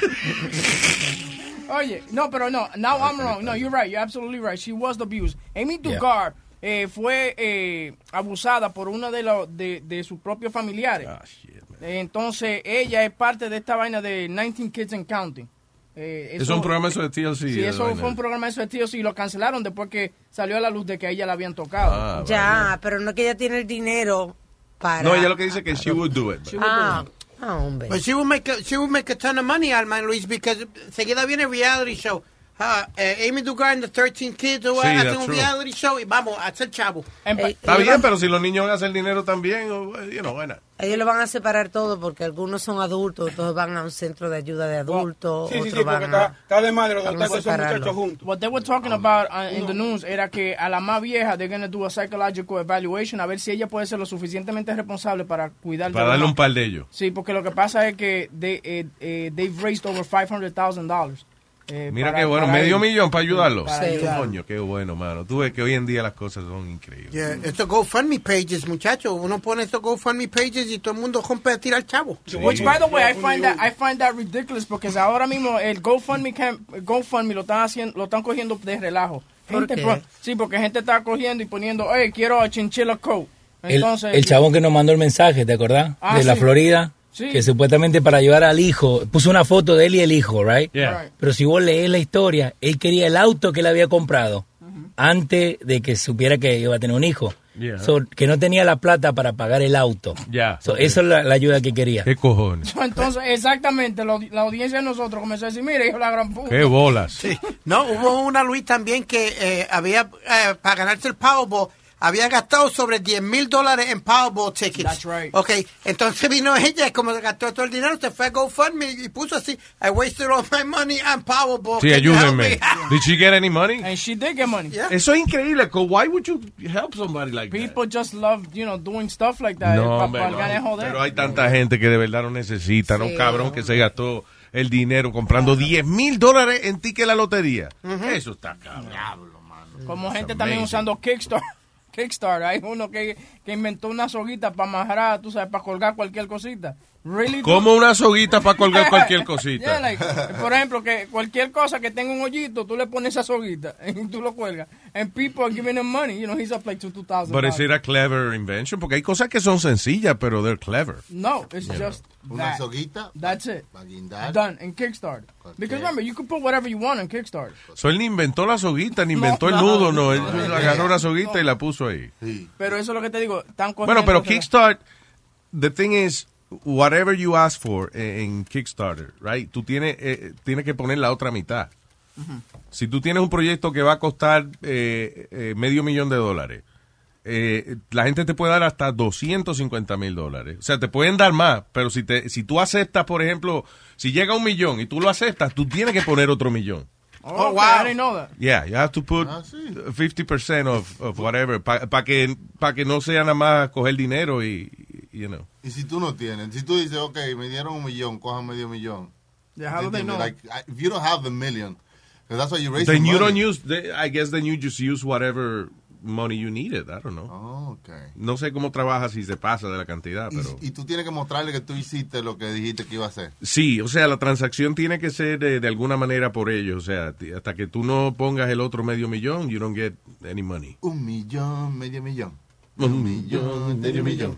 Oye, no, pero no, now I'm wrong. No, you're right, you're absolutely right. She was abused. Amy Dugar fue abusada por una de sus propios familiares. Entonces, ella es parte de esta vaina de 19 Kids and Counting. Es un programa eso de TLC. Sí, eso fue un programa eso de TLC y lo cancelaron después que salió a la luz de que a ella la habían tocado. Pero no que ella tiene el dinero para... No, ella lo que dice que she would do it. hombre. But she would make a ton of money, Alma Luis, because seguida viene reality show. Amy Dugar and the 13 Kids hacen un reality show y vamos a hacer chavo. Está bien, pero si los niños van a hacer dinero también, bueno. Ellos lo van a separar todo porque algunos son adultos, todos van a un centro de ayuda de adultos, otros van a... Está de madre los van a datos de esos separarlo. muchachos juntos. What they were talking about in the news era que a la más vieja they're going to do a psychological evaluation a ver si ella puede ser lo suficientemente responsable para cuidar Para de darle la un par de ellos. Sí, porque lo que pasa es que they've raised over $500,000. Mira qué bueno, $500,000 para ayudarlo. Para ayudarlo. Coño, qué bueno, mano. Tú ves que hoy en día las cosas son increíbles. Yeah, estos GoFundMe pages, muchachos. Uno pone estos GoFundMe pages y todo el mundo rompe a tirar chavo. Which, by the way, I find that ridiculous porque ahora mismo el GoFundMe lo están cogiendo de relajo. ¿Por qué? Sí, porque gente está cogiendo y poniendo, quiero a Chinchilla Coat. Entonces, el chabón que nos mandó el mensaje, ¿te acordás? De la sí. Florida. Sí. Que supuestamente para ayudar al hijo, puso una foto de él y el hijo, right? Yeah. Pero si vos lees la historia, él quería el auto que él había comprado antes de que supiera que iba a tener un hijo. Yeah. So, que no tenía la plata para pagar el auto. Yeah. So, eso es la ayuda que quería. ¿Qué cojones? Entonces, exactamente, la audiencia de nosotros comenzó a decir, mira, hijo de la gran puta. ¿Qué bolas? Sí. No, hubo una Luis también que había, para ganarse el Powerball, había gastado sobre $10,000 en Powerball tickets. That's right. Okay, entonces vino ella y como gastó todo el dinero, se fue a GoFundMe y puso así, I wasted all my money on Powerball. Sí, ayúdenme. Did she get any money? And she did get money. Yeah. Eso es increíble. Why would you help somebody like People just love, doing stuff like that. No, Pero hay tanta gente que de verdad lo necesita, ¿no? Cabrón que se gastó el dinero comprando $10,000 en ticket de la lotería. Eso está cabrón. Como gente también usando Kickstarter. Hay uno que inventó una soguita para amarrar, tú sabes, para colgar cualquier cosita. Really? Como una soguita para colgar cualquier cosita. Yeah, por ejemplo, que cualquier cosa que tenga un hoyito, tú le pones esa soguita y tú lo cuelgas. And people are giving him money. He's up like $2,000. But is it a clever invention? Porque hay cosas que son sencillas, pero they're clever. No, it's just una soguita. That's it. Done in Kickstarter. Because remember, you can put whatever you want in Kickstarter. So él ni inventó la soguita, ni inventó el nudo, no. Él agarró una soguita y la puso ahí. Sí. Pero eso es lo que te digo. Bueno, pero Kickstarter, the thing is, whatever you ask for en Kickstarter, right? Tú tienes que poner la otra mitad. Si tú tienes un proyecto que va a costar $500,000, la gente te puede dar hasta $250,000. O sea, te pueden dar más, pero si tú aceptas, por ejemplo, si llega a 1 millón y tú lo aceptas, tú tienes que poner otro millón. Oh, wow. I didn't know that. Yeah, you have to put 50% of whatever, para que no sea nada más coger dinero y, Y si tú no tienes, si tú dices, okay, me dieron 1 millón, cojan medio millón. Yeah, how do they know? Like, if you don't have the million, because that's why you raise then the you money. don't use, I guess then you just use whatever money you needed. I don't know. Oh, okay. No sé cómo trabaja si se pasa de la cantidad, pero... Y tú tienes que mostrarle que tú hiciste lo que dijiste que iba a hacer. Sí, o sea, la transacción tiene que ser de alguna manera por ellos. O sea, hasta que tú no pongas el otro $500,000, you don't get any money. 1 millón, medio millón. 1 millón, medio millón.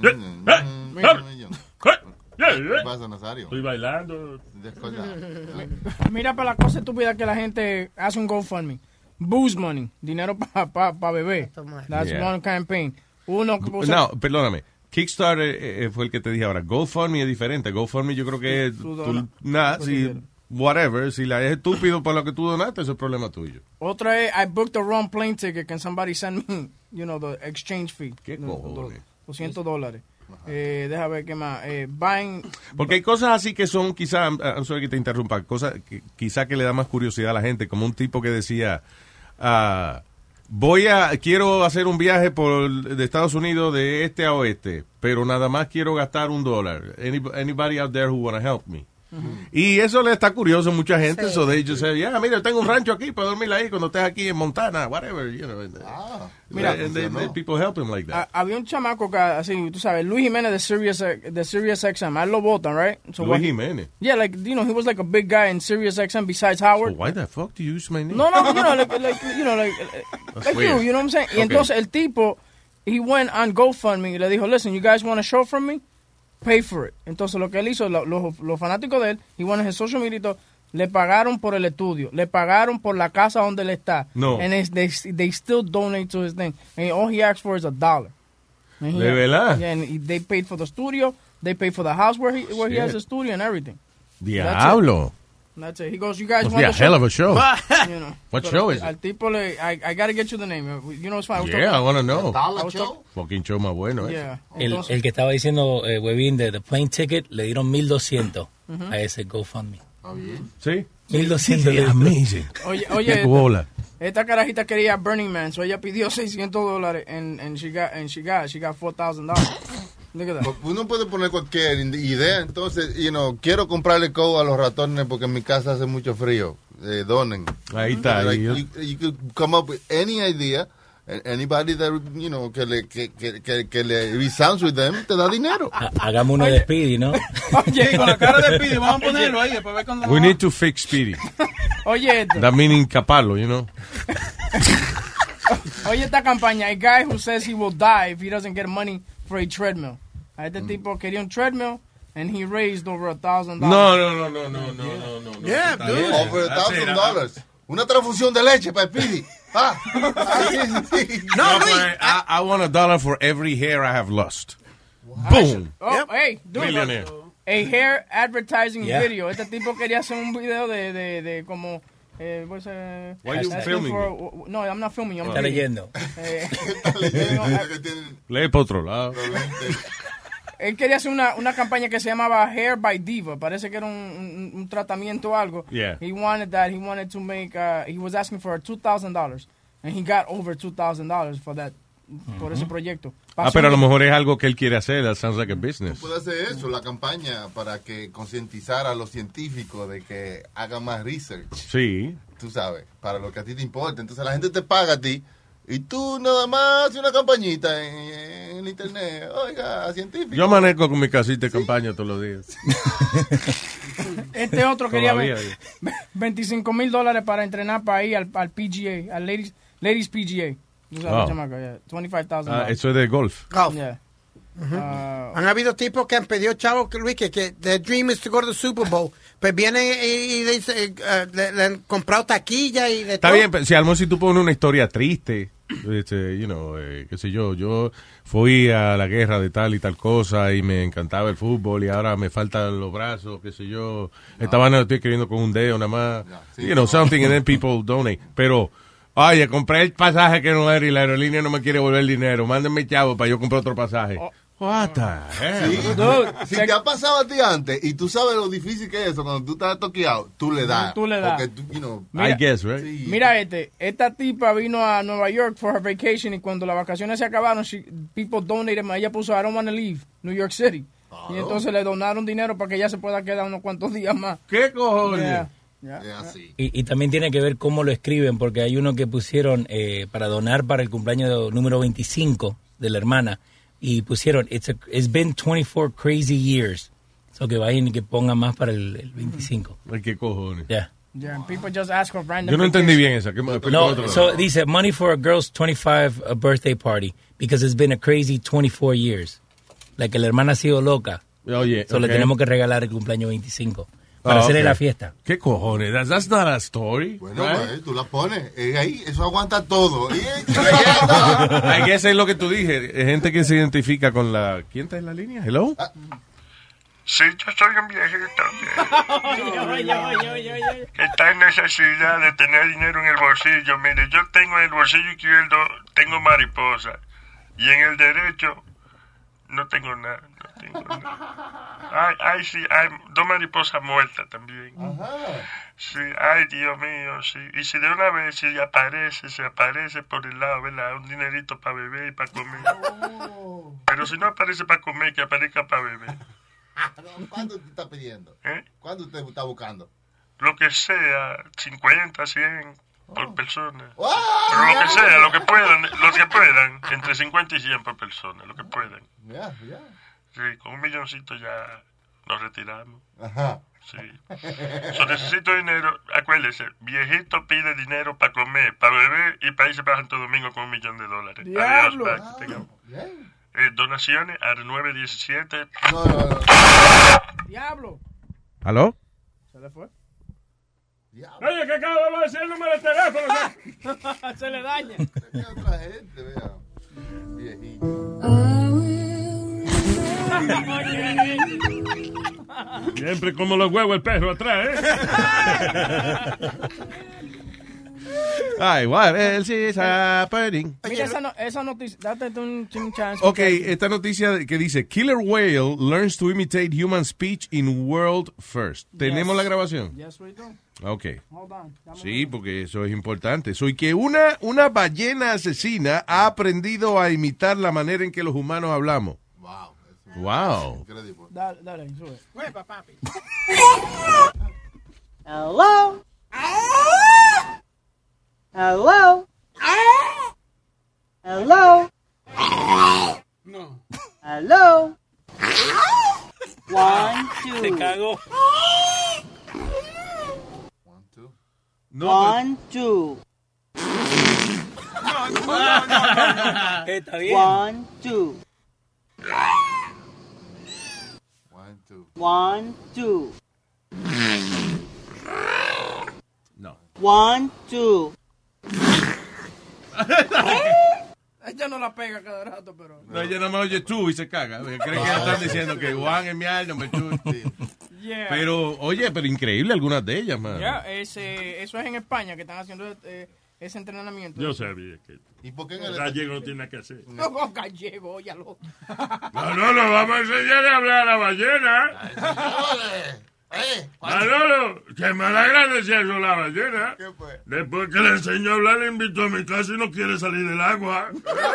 ¿Qué pasa, Nazario? Estoy bailando. Mira para la cosa estúpida que la gente hace un GoFundMe. Booze money, dinero para beber. That's one campaign. No, perdóname. Kickstarter fue el que te dije ahora. GoFundMe es diferente. GoFundMe yo creo que es... whatever. Si la es estúpido por lo que tú donaste, eso es problema tuyo. Otra es, I booked the wrong plane ticket. Can somebody send me, the exchange fee? ¿Qué cojones? $200. Deja ver qué más. Buying... Porque hay cosas así que son quizá, I'm sorry que te interrumpa, cosas que quizá que le da más curiosidad a la gente, como un tipo que decía, quiero hacer un viaje de Estados Unidos de este a oeste, pero nada más quiero gastar $1. Anybody out there who wanna help me? Y eso le está curioso a mucha gente. Sí. So they just say, mira, tengo un rancho aquí para dormir ahí cuando estés aquí en Montana, whatever, Mira, people help him like that. Había un chamaco que, así, tú sabes, Luis Jiménez de Sirius XM. A él lo votan, right? So Luis Jiménez. Yeah, like, he was like a big guy in Sirius XM besides Howard. So why the fuck do you use my name? No, like you know what I'm saying? Y entonces el tipo, he went on GoFundMe y le dijo, listen, you guys want a show from me? Pay for it. Entonces lo que él hizo, los fanáticos de él, y bueno, en social media, le pagaron por el estudio, le pagaron por la casa donde él está. No. And they still donate to his thing. And all he asked for is $1. ¿De verdad? Yeah, and they paid for the studio, they paid for the house where he has the studio and everything. Diablo. That's it. He goes, you guys want a hell of a show. What show is it? Al tipo I gotta get you the name. You know, it's fine. Yeah, I want to know. Show? Fucking show más bueno. Yeah. El que estaba diciendo, Webin, de The Plane Ticket, le dieron $1,200 a ese GoFundMe. ¿Sí? $1,200. Amazing. Oye, esta carajita quería Burning Man, so ella pidió $600 and she got $4,000. Look at that. Uno puede poner cualquier idea. Entonces, quiero comprarle codo a los ratones porque en mi casa hace mucho frío. Donen. Ahí está. Like, you could come up with any idea. Anybody that, que le resounds with them, te da dinero. Hagamos uno de Speedy, ¿no? Oye, con la cara de Speedy, vamos a ponerlo ahí para ver cuando... We need to fix Speedy. Oye, that meaning caparlo, Oye, esta campaña, a guy who says he will die if he doesn't get money for a treadmill. A este tipo quería un treadmill and he raised over $1,000. No. Yeah, dude. Over $1,000. Una transfusión de leche para Speedy. No, Luis. I want $1 for every hair I have lost. Boom. Hey, dude. Millionaire. A hair advertising video. Este tipo quería hacer un video de como Why are you filming? No, I'm not filming. Está leyendo. Lee por otro lado. Él quería hacer una campaña que se llamaba Hair by Diva. Parece que era un tratamiento o algo. Yeah. He wanted that. He wanted to make. He was asking for $2,000, and he got over $2,000 for that. Por ese proyecto. Pero a lo mejor es algo que él quiere hacer. That sounds like a business. Puede hacer eso, la campaña, para que concientizara a los científicos de que hagan más research. Sí. Tú sabes, para lo que a ti te importa. Entonces la gente te paga a ti y tú nada más haces una campañita en internet. Oiga, científico. Yo manejo con mi casita de campaña todos los días. Este otro quería $25,000 para entrenar para ir al PGA, al Ladies PGA. $25,000. Eso es de golf. Yeah. Han habido tipos que han pedido chavos, Luis, que their dream is to go to the Super Bowl. Pues vienen y le han comprado taquilla y de Está todo. bien, pero si a lo mejor si tú pones una historia triste, qué sé yo fui a la guerra de tal y tal cosa y me encantaba el fútbol y ahora me faltan los brazos, qué sé yo. Esta no estoy escribiendo con un dedo nada más. Something and then people donate. Pero oye, compré el pasaje que no era y la aerolínea no me quiere volver el dinero. Mándenme chavo para yo comprar otro pasaje. What the hell? Sí, si te ha pasado a ti antes y tú sabes lo difícil que es eso, cuando tú estás toqueado, tú le das. Tú le das. Porque Mira, I guess, right? Sí. Mira esta tipa vino a Nueva York for her vacation y cuando las vacaciones se acabaron, people donated, ella puso I don't want to leave New York City. Y entonces le donaron dinero para que ella se pueda quedar unos cuantos días más. ¿Qué cojones? Y también tiene que ver cómo lo escriben, porque hay uno que pusieron para donar para el cumpleaños número 25 de la hermana, y pusieron, it's been 24 crazy years. So que vayan y que pongan más para el 25. ¿Qué cojones? Yeah, people just ask for random. Yo no entendí bien esa. No, so dice, money for a girl's 25 birthday party, because it's been a crazy 24 years. La que la hermana ha sido loca. Oye, so le tenemos que regalar el cumpleaños 25. Para hacerle la fiesta. ¿Qué cojones? That's not a story. Bueno, pues, tú la pones. Ahí, eso aguanta todo. I guess es lo que tú dije. Gente que se identifica con la... ¿Quién está en la línea? Hello. Sí, yo soy un viejito que está en necesidad de tener dinero en el bolsillo. Mire, yo tengo en el bolsillo izquierdo, tengo mariposa. Y en el derecho no tengo nada. Ay, sí, hay 2 mariposas muertas también. Ajá. Sí, ay, Dios mío, sí. Y si de una vez se aparece por el lado, ¿verdad? Un dinerito para beber y para comer. Pero si no aparece para comer, que aparezca para beber. ¿Cuánto te está pidiendo? ¿Cuánto te está buscando? Lo que sea, 50, 100 por persona. Pero lo que sea, lo que puedan, entre 50 y 100 por persona, lo que puedan. Sí, con $1 milloncito ya nos retiramos. Ajá. Sí. Necesito dinero. Acuérdese, viejito pide dinero para comer, para beber y para irse para Santo Domingo con $1 millón. ¡Diablo! Donaciones al 917. No. ¡Diablo! ¿Aló? ¿Se le fue? Diablo. Oye, ¿qué acabo de decir el número de teléfono? Se le daña. Otra gente, vea. Viejito. Siempre como los huevos el perro atrás, Ay, what else is happening? Mira esa noticia, date un chance. Ok, esta noticia que dice, Killer whale learns to imitate human speech in world first. ¿Tenemos la grabación? Yes, we do. Ok. Hold on. Sí, porque eso es importante. Soy que una ballena asesina ha aprendido a imitar la manera en que los humanos hablamos. Wow. Dale, sube. Huepa, papi. Hello. Hello. Hello. No. Hello. 1, 2. Te cago. 1, 2. No. Está bien. 1, 2. 1, 2. No. 1, 2. Ella no la pega cada rato, pero... No, ella no me oye tú y se caga. Cree que están diciendo que Juan es mi alma, tú. Yeah. Pero, oye, pero increíble algunas de ellas, man. Ya, eso es en España que están haciendo ese entrenamiento. Yo sabía que... ¿Y por qué en el gallego no tiene nada que hacer? No, gallego, óyalo. Manolo, vamos a enseñarle a hablar a la ballena. Manolo, que me alegra decirlo la ballena. ¿Qué fue? Después que le enseñó a hablar, le invitó a mi casa y no quiere salir del agua.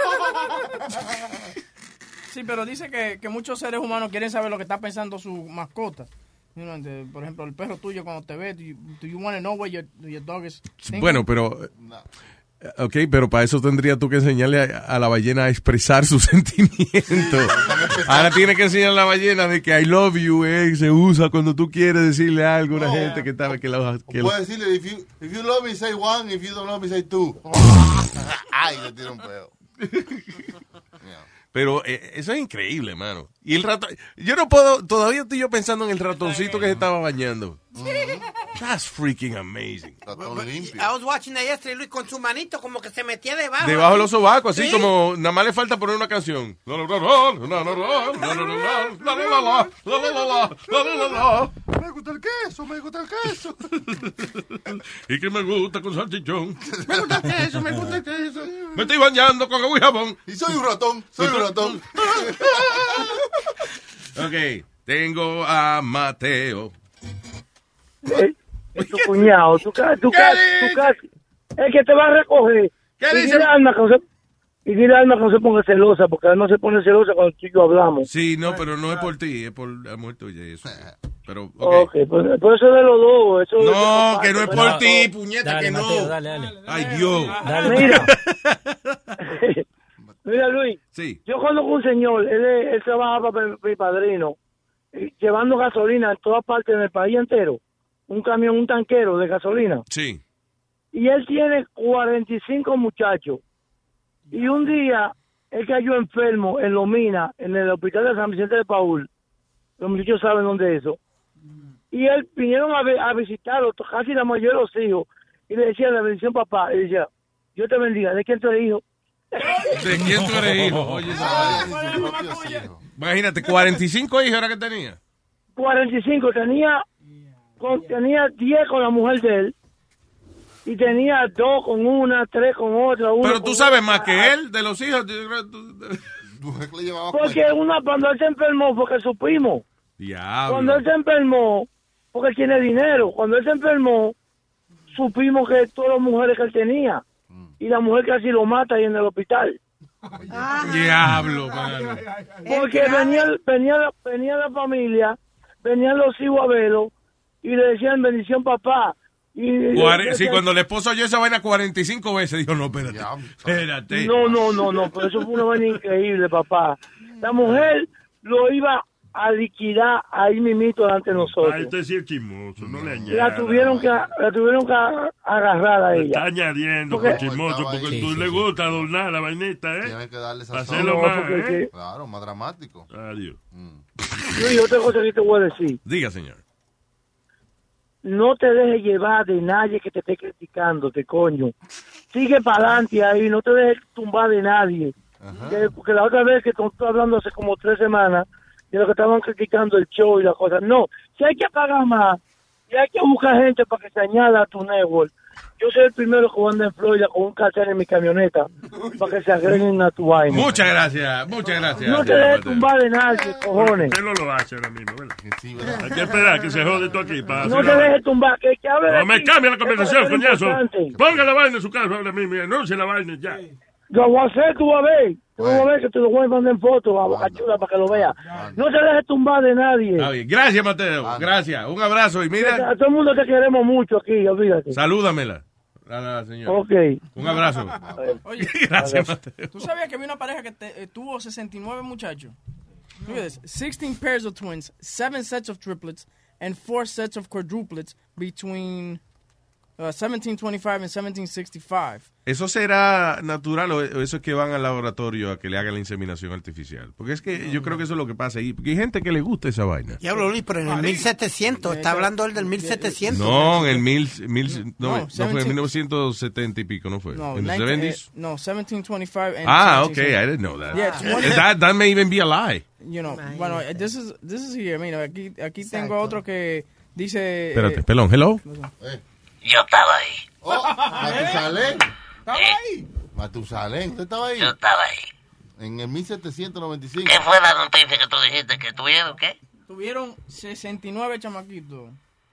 Sí, pero dice que muchos seres humanos quieren saber lo que está pensando su mascota. You know, por ejemplo, el perro tuyo cuando te ve, do you want to know what your dog is thinking? Bueno, pero... Ok, pero para eso tendría tú que enseñarle a la ballena a expresar sus sentimientos. Ahora tiene que enseñar a la ballena de que I love you, se usa cuando tú quieres decirle algo a una gente que está... Puedes decirle, if you love me, say one, if you don't love me, say two. Ay, le tiro un pedo. Pero eso es increíble, mano. Y el ratón... Yo no puedo... Todavía estoy yo pensando en el ratoncito que se estaba bañando. That's freaking amazing. I was watching that yesterday, Luis, con su manito como que se metía debajo. Debajo de los sobacos, así ¿Sí? como... Nada más le falta poner una canción. Me gusta el queso, me gusta el queso. Y que me gusta con salchichón. Me gusta el queso, me gusta el queso. Me estoy bañando con agua y jabón. Y soy un ratón, soy un ratón. Ok, tengo a Mateo. Es tu cuñado, tu casa, el que te va a recoger. ¿Qué y dice? Dile a Alma que no se ponga celosa, porque Alma se pone celosa cuando tú y yo hablamos. Sí, no, pero no es por ti, es por la mujer tuya y eso. Pero, ok. Okay, pues eso de los dos. Eso No, que no es por ti, Oh, puñeta, dale, que no. Mateo, dale. Ay, Dios. Mira. Mira, Luis. Sí. Yo conozco un señor, él trabaja para mi padrino, llevando gasolina en todas partes del país entero. Un camión, un tanquero de gasolina. Sí. Y él tiene 45 muchachos. Y un día, él cayó enfermo en Lomina, en el hospital de San Vicente de Paúl. Los muchachos saben dónde es eso. Y él vinieron a visitarlo, casi la mayoría de los hijos. Y le decía la bendición, papá. Y decía, Dios te bendiga. ¿De quién tú eres hijo? ¿De quién tú eres hijo? Oye, imagínate, 45 hijos era que tenía. 45. Tenía 10 con la mujer de él. Y tenía 2 con una, 3 con otra. Pero tú sabes más que él, de los hijos. Porque cuando él se enfermó, porque supimos. Diablo. Cuando él se enfermó, porque él tiene dinero. Cuando él se enfermó, supimos que todas las mujeres que él tenía. Y la mujer casi lo mata ahí en el hospital. Diablo, mano. Porque venía la familia, venían los hijos a verlo y le decían bendición papá. Y sí, cuando el esposo oyó esa vaina 45 veces, dijo, no, espérate. No, pero eso fue una vaina increíble, papá. La mujer lo iba a liquidar ahí mismito delante de nosotros. Este sí es chismoso, no le añadas. La tuvieron que agarrar a ella. Está añadiendo con chismoso, porque tú le gusta adornar la vainita, ¿eh? Tiene que darle esa hacerlo más, ¿eh? Claro, más dramático. Adiós. Y otra cosa que te voy a decir. Diga, señor. No te dejes llevar de nadie que te esté criticando, coño. Sigue para adelante ahí, no te dejes tumbar de nadie. Porque la otra vez que estoy hablando hace como 3 semanas, de lo que estaban criticando el show y las cosas. No, si hay que pagar más, y hay que buscar gente para que se añada a tu network. Yo soy el primero que anda en Florida con un cartel en mi camioneta para que se agreguen a tu vaina. Muchas gracias. No te dejes tumbar de nadie, cojones. Usted no lo hace ahora mismo, ¿verdad? Sí, ¿verdad? Hay que esperar que se jode tú aquí para no te dejes tumbar, que hable de no me ti. cambie la conversación, Eso es coñazo. importante. Ponga la vaina en su casa ahora mismo y anuncie la vaina ya. Lo voy a hacer, tú vas a ver. Tú vas a ver que te lo voy a mandar en foto, ayuda para que lo veas. No te dejes tumbar de nadie. Está bien. Gracias, Mateo. Gracias. Un abrazo. Y mira. A todo el mundo te queremos mucho aquí, olvídate. Salúdamela a la señora. Ok. Un abrazo. Oye, gracias, Mateo. ¿Tú sabías que había una pareja que tuvo 69 muchachos? Look at this. 16 pairs of twins, 7 sets of triplets, and 4 sets of quadruplets between 1725 and 1765. ¿Eso será natural o eso es que van al laboratorio a que le hagan la inseminación artificial? Porque es que yo creo que eso es lo que pasa ahí. Porque hay gente que le gusta esa vaina. Diablo, Luis, pero en el 1700, está hablando él del 1700. No, en el no fue en 1970 y pico, ¿no fue? No, ¿En los 70s? No, 1725 and okay, I didn't know that. Yeah, that may even be a lie. You know, bueno, this is here. Mira, aquí tengo otro que dice... Espérate, pelón, hello. Yo estaba ahí. Matusalén. ¿Estaba ahí? Matusalén, ¿usted estaba ahí? Yo estaba ahí. En el 1795. ¿Qué fue la noticia que tú dijiste que tuvieron? ¿Qué? Tuvieron 69 chamaquitos.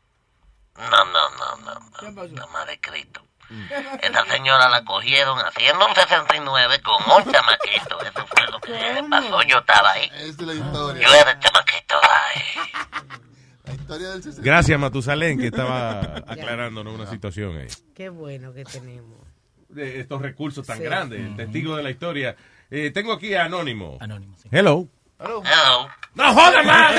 No. ¿Qué pasó? La madre de Cristo. Esta señora la cogieron haciendo un 69 con un chamaquito. Eso fue lo que pasó. Yo estaba ahí. Esa es la historia. Yo era el chamaquito. Ay. La historia del 60. Gracias, Matusalén, que estaba aclarándonos una situación ahí. Qué bueno que tenemos. De estos recursos tan grandes, el testigo de la historia. Tengo aquí a Anónimo. Anónimo, sí. Hello. Hello. ¡No jodas más!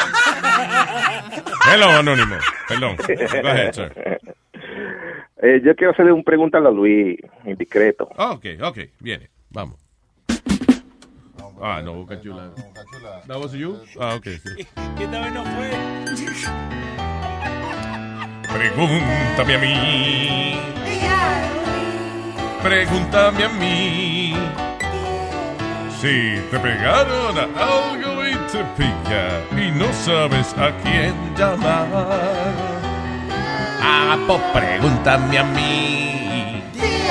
Hello, Anónimo. Perdón. Go ahead, sir. Yo quiero hacerle una pregunta a la Luis, indiscreto. Ok, viene, vamos. No, Boca Chula. ¿That was you? Ok, sí. ¿Qué esta vez no fue? Pregúntame a mí. Pregúntame a mí. Si te pegaron a algo y te pica y no sabes a quién llamar. Pues pregúntame a mí.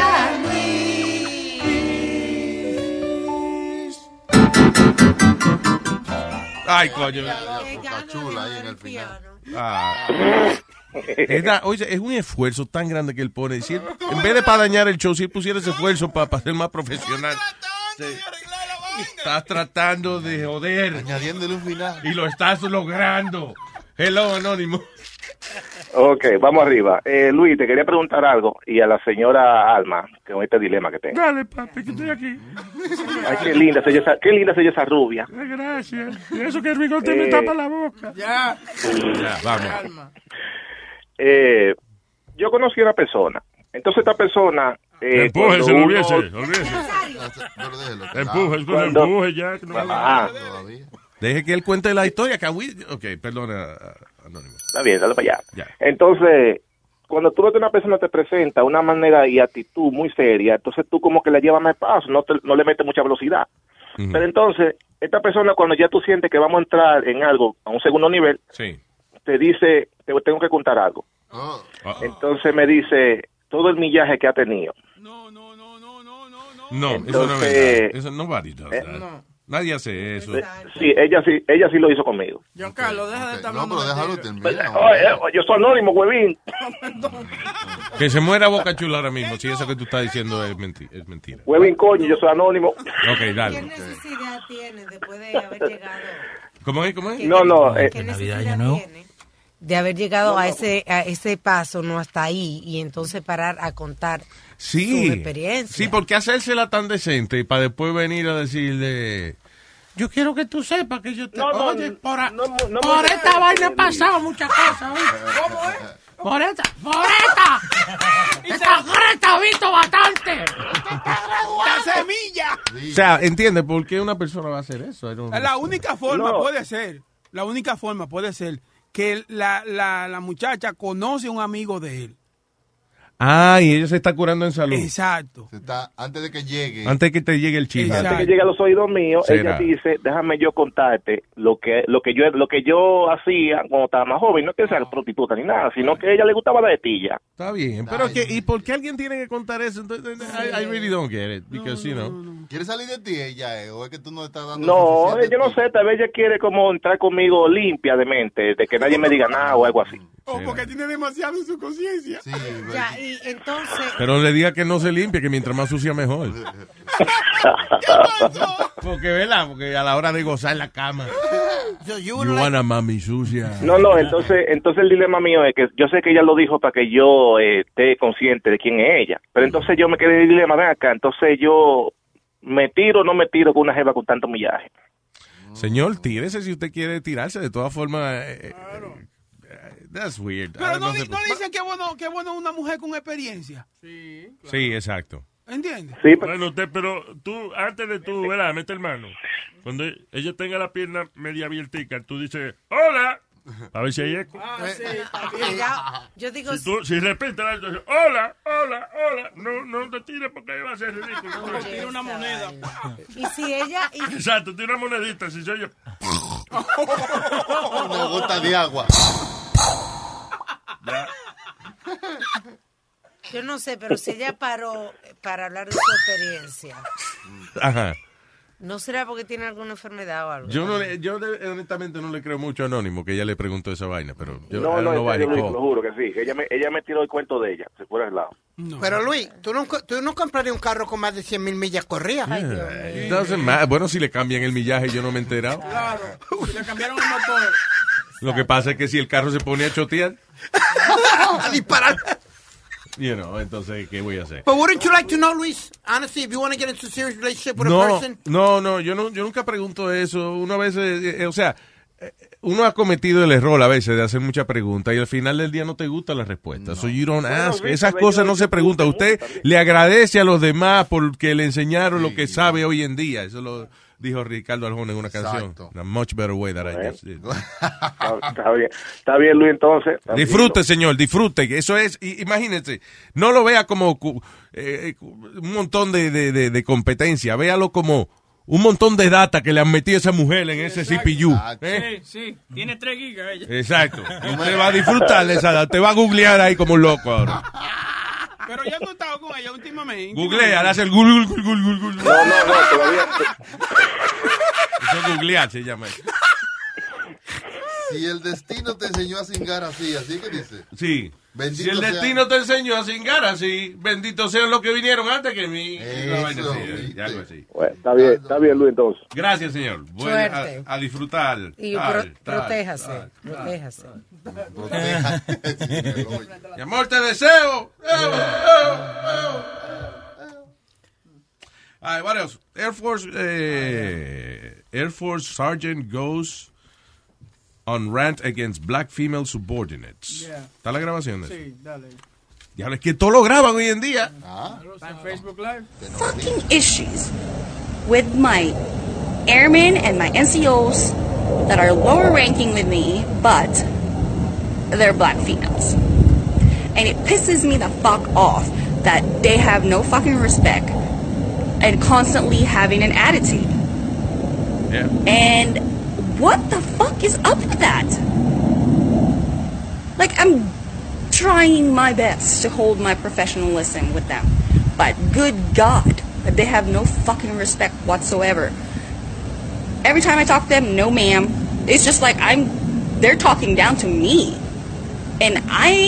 Ay, coño. Boca Chula ahí en el final. Oye, es un esfuerzo tan grande que él pone. Si él, en vez de para dañar el show, si él pusiera ese esfuerzo para ser más profesional. Estás tratando de joder. Añadiéndole un final. Y lo estás logrando. Hello, Anónimo. Ok, vamos arriba. Luis, te quería preguntar algo. Y a la señora Alma, que con este dilema que tengo. Dale, papi, que estoy aquí. Ay, qué linda se oye esa rubia. Ay, gracias. Y eso que el bigote me tapa la boca. Ya, vamos. Yo conocí a una persona. Entonces esta persona... Empújese, olvídese. Empuje ya. Deje que él cuente la historia. Ok, perdona, Anónimo. Está bien, dale para allá. Ya. Entonces, cuando tú ves que una persona te presenta una manera y actitud muy seria, entonces tú como que le llevas más paso, no le metes mucha velocidad. Uh-huh. Pero entonces, esta persona cuando ya tú sientes que vamos a entrar en algo, a un segundo nivel, sí, te dice, te tengo que contar algo. Entonces me dice todo el millaje que ha tenido. No, entonces, eso no es verdad. Eso nobody does that. No. Nadie hace eso. Sí, ella sí lo hizo conmigo. John Carlos, deja de estar hablando. No, pero déjalo terminar. Yo soy Anónimo, huevín. Que se muera Boca Chula ahora mismo, si eso que tú estás diciendo es mentira. Huevín, coño, yo soy Anónimo. Ok, dale. ¿Qué necesidad tiene después de haber llegado? ¿Cómo es? No. ¿Qué necesidad tiene de haber llegado a ese paso, no hasta ahí, y entonces parar a contar su experiencia? Sí, porque hacérsela tan decente para después venir a decirle... Yo quiero que tú sepas que yo te... Oye, por esta vaina he pasado muchas cosas. ¿Cómo es? Por esta. Esta he visto bastante. ¡La semilla! O sea, ¿entiendes por qué una persona va a hacer eso? La única forma puede ser que la muchacha conoce a un amigo de él. Y ella se está curando en salud. Exacto. Antes de que llegue. Antes de que te llegue el chisme. Antes de que llegue a los oídos míos, ¿será? ella dice, déjame yo contarte lo que yo hacía cuando estaba más joven. No que sea prostituta ni nada, sino que a ella le gustaba la tetilla. Está bien, pero ¿y por qué alguien tiene que contar eso? I really don't get it, because, ¿Quiere salir de ti ella, o es que tú no estás dando No, yo no sé, tal vez ella quiere como entrar conmigo limpia de mente, de que nadie me diga nada o algo así. O porque tiene demasiado en su conciencia. Sí, ya, y entonces... Pero le diga que no se limpie, que mientras más sucia mejor. Porque, ¿verdad? Porque a la hora de gozar en la cama. You wanna mami sucia. No, entonces el dilema mío es que yo sé que ella lo dijo para que yo esté consciente de quién es ella. Pero entonces yo me quedé en el dilema, ven acá, entonces yo me tiro o no me tiro con una jeva con tanto millaje. Señor, tírese si usted quiere tirarse. De todas formas, That's weird. Pero no dicen que bueno una mujer con experiencia. Sí, claro. Sí, exacto. ¿Entiendes? Sí, bueno, pero tú, antes de tú, ¿verdad? Mete mano. Cuando ella tenga la pierna media abiertica, tú dices, ¡hola! A ver si hay eco. Sí, yo digo... Si de repente la dices, ¡hola! No te tires porque va a ser ridículo. Tira una moneda. Y si ella... Exacto, tira una monedita. Si soy yo... Una gota de agua. Ya. Yo no sé, pero si ella paró para hablar de su experiencia, Ajá. ¿no será porque tiene alguna enfermedad o algo? Yo honestamente no le creo mucho a Anónimo que ella le preguntó esa vaina, pero yo no, lo juro que sí. Ella me tiró el cuento de ella, se fue al lado. No. Pero Luis, ¿tú no comprarías un carro con más de 100,000 millas corridas? Bueno, si le cambian el millaje yo no me he enterado. Claro, si le cambiaron el motor. Lo que pasa es que si el carro se pone a chotear, a disparar. Entonces, ¿qué voy a hacer? But wouldn't you like to know, Luis, honestly, if you want to get into a serious relationship with a person? No, yo nunca pregunto eso. Uno a veces, uno ha cometido el error a veces de hacer muchas preguntas y al final del día no te gusta la respuesta. So you don't ask. Esas cosas no se preguntan. Usted le agradece a los demás porque le enseñaron lo que sabe hoy en día. Eso lo dijo Ricardo Arjona en una canción. A much better way that I just did. Está bien, Luis, entonces. Disfrute, señor, disfrute. Eso es, imagínese, no lo vea como un montón de competencia, véalo como un montón de data que le han metido a esa mujer en ese CPU. Sí, tiene 3 gigas ella. Exacto. Y usted va a disfrutar de esa data, te va a googlear ahí como un loco ahora. Pero ya no he estado con ella últimamente. Googlea, le hace el Google. No, todavía. Eso googlear se llama eso. Si el destino te enseñó a cingar así que dice. Sí. Bendito si el destino te enseñó a cingar así, bendito sean los que vinieron antes que mí. Eso, algo así. Bueno, está bien, Luis, entonces. Gracias, señor. Suerte. A disfrutar. Y protéjase. Mi amor, te deseo. What else? Air Force Sergeant goes on rant against black female subordinates. Yeah. ¿Está la grabación de eso? Sí, dale. Ya es que todo lo graban hoy en día. Está en Facebook Live. Fucking issues with my airmen and my NCOs that are lower ranking with me, but they're black females. And it pisses me the fuck off that they have no fucking respect and constantly having an attitude. Yeah. And what the fuck is up with that? Like, I'm trying my best to hold my professionalism with them, but good God, they have no fucking respect whatsoever. Every time I talk to them, no ma'am. It's just like they're talking down to me. And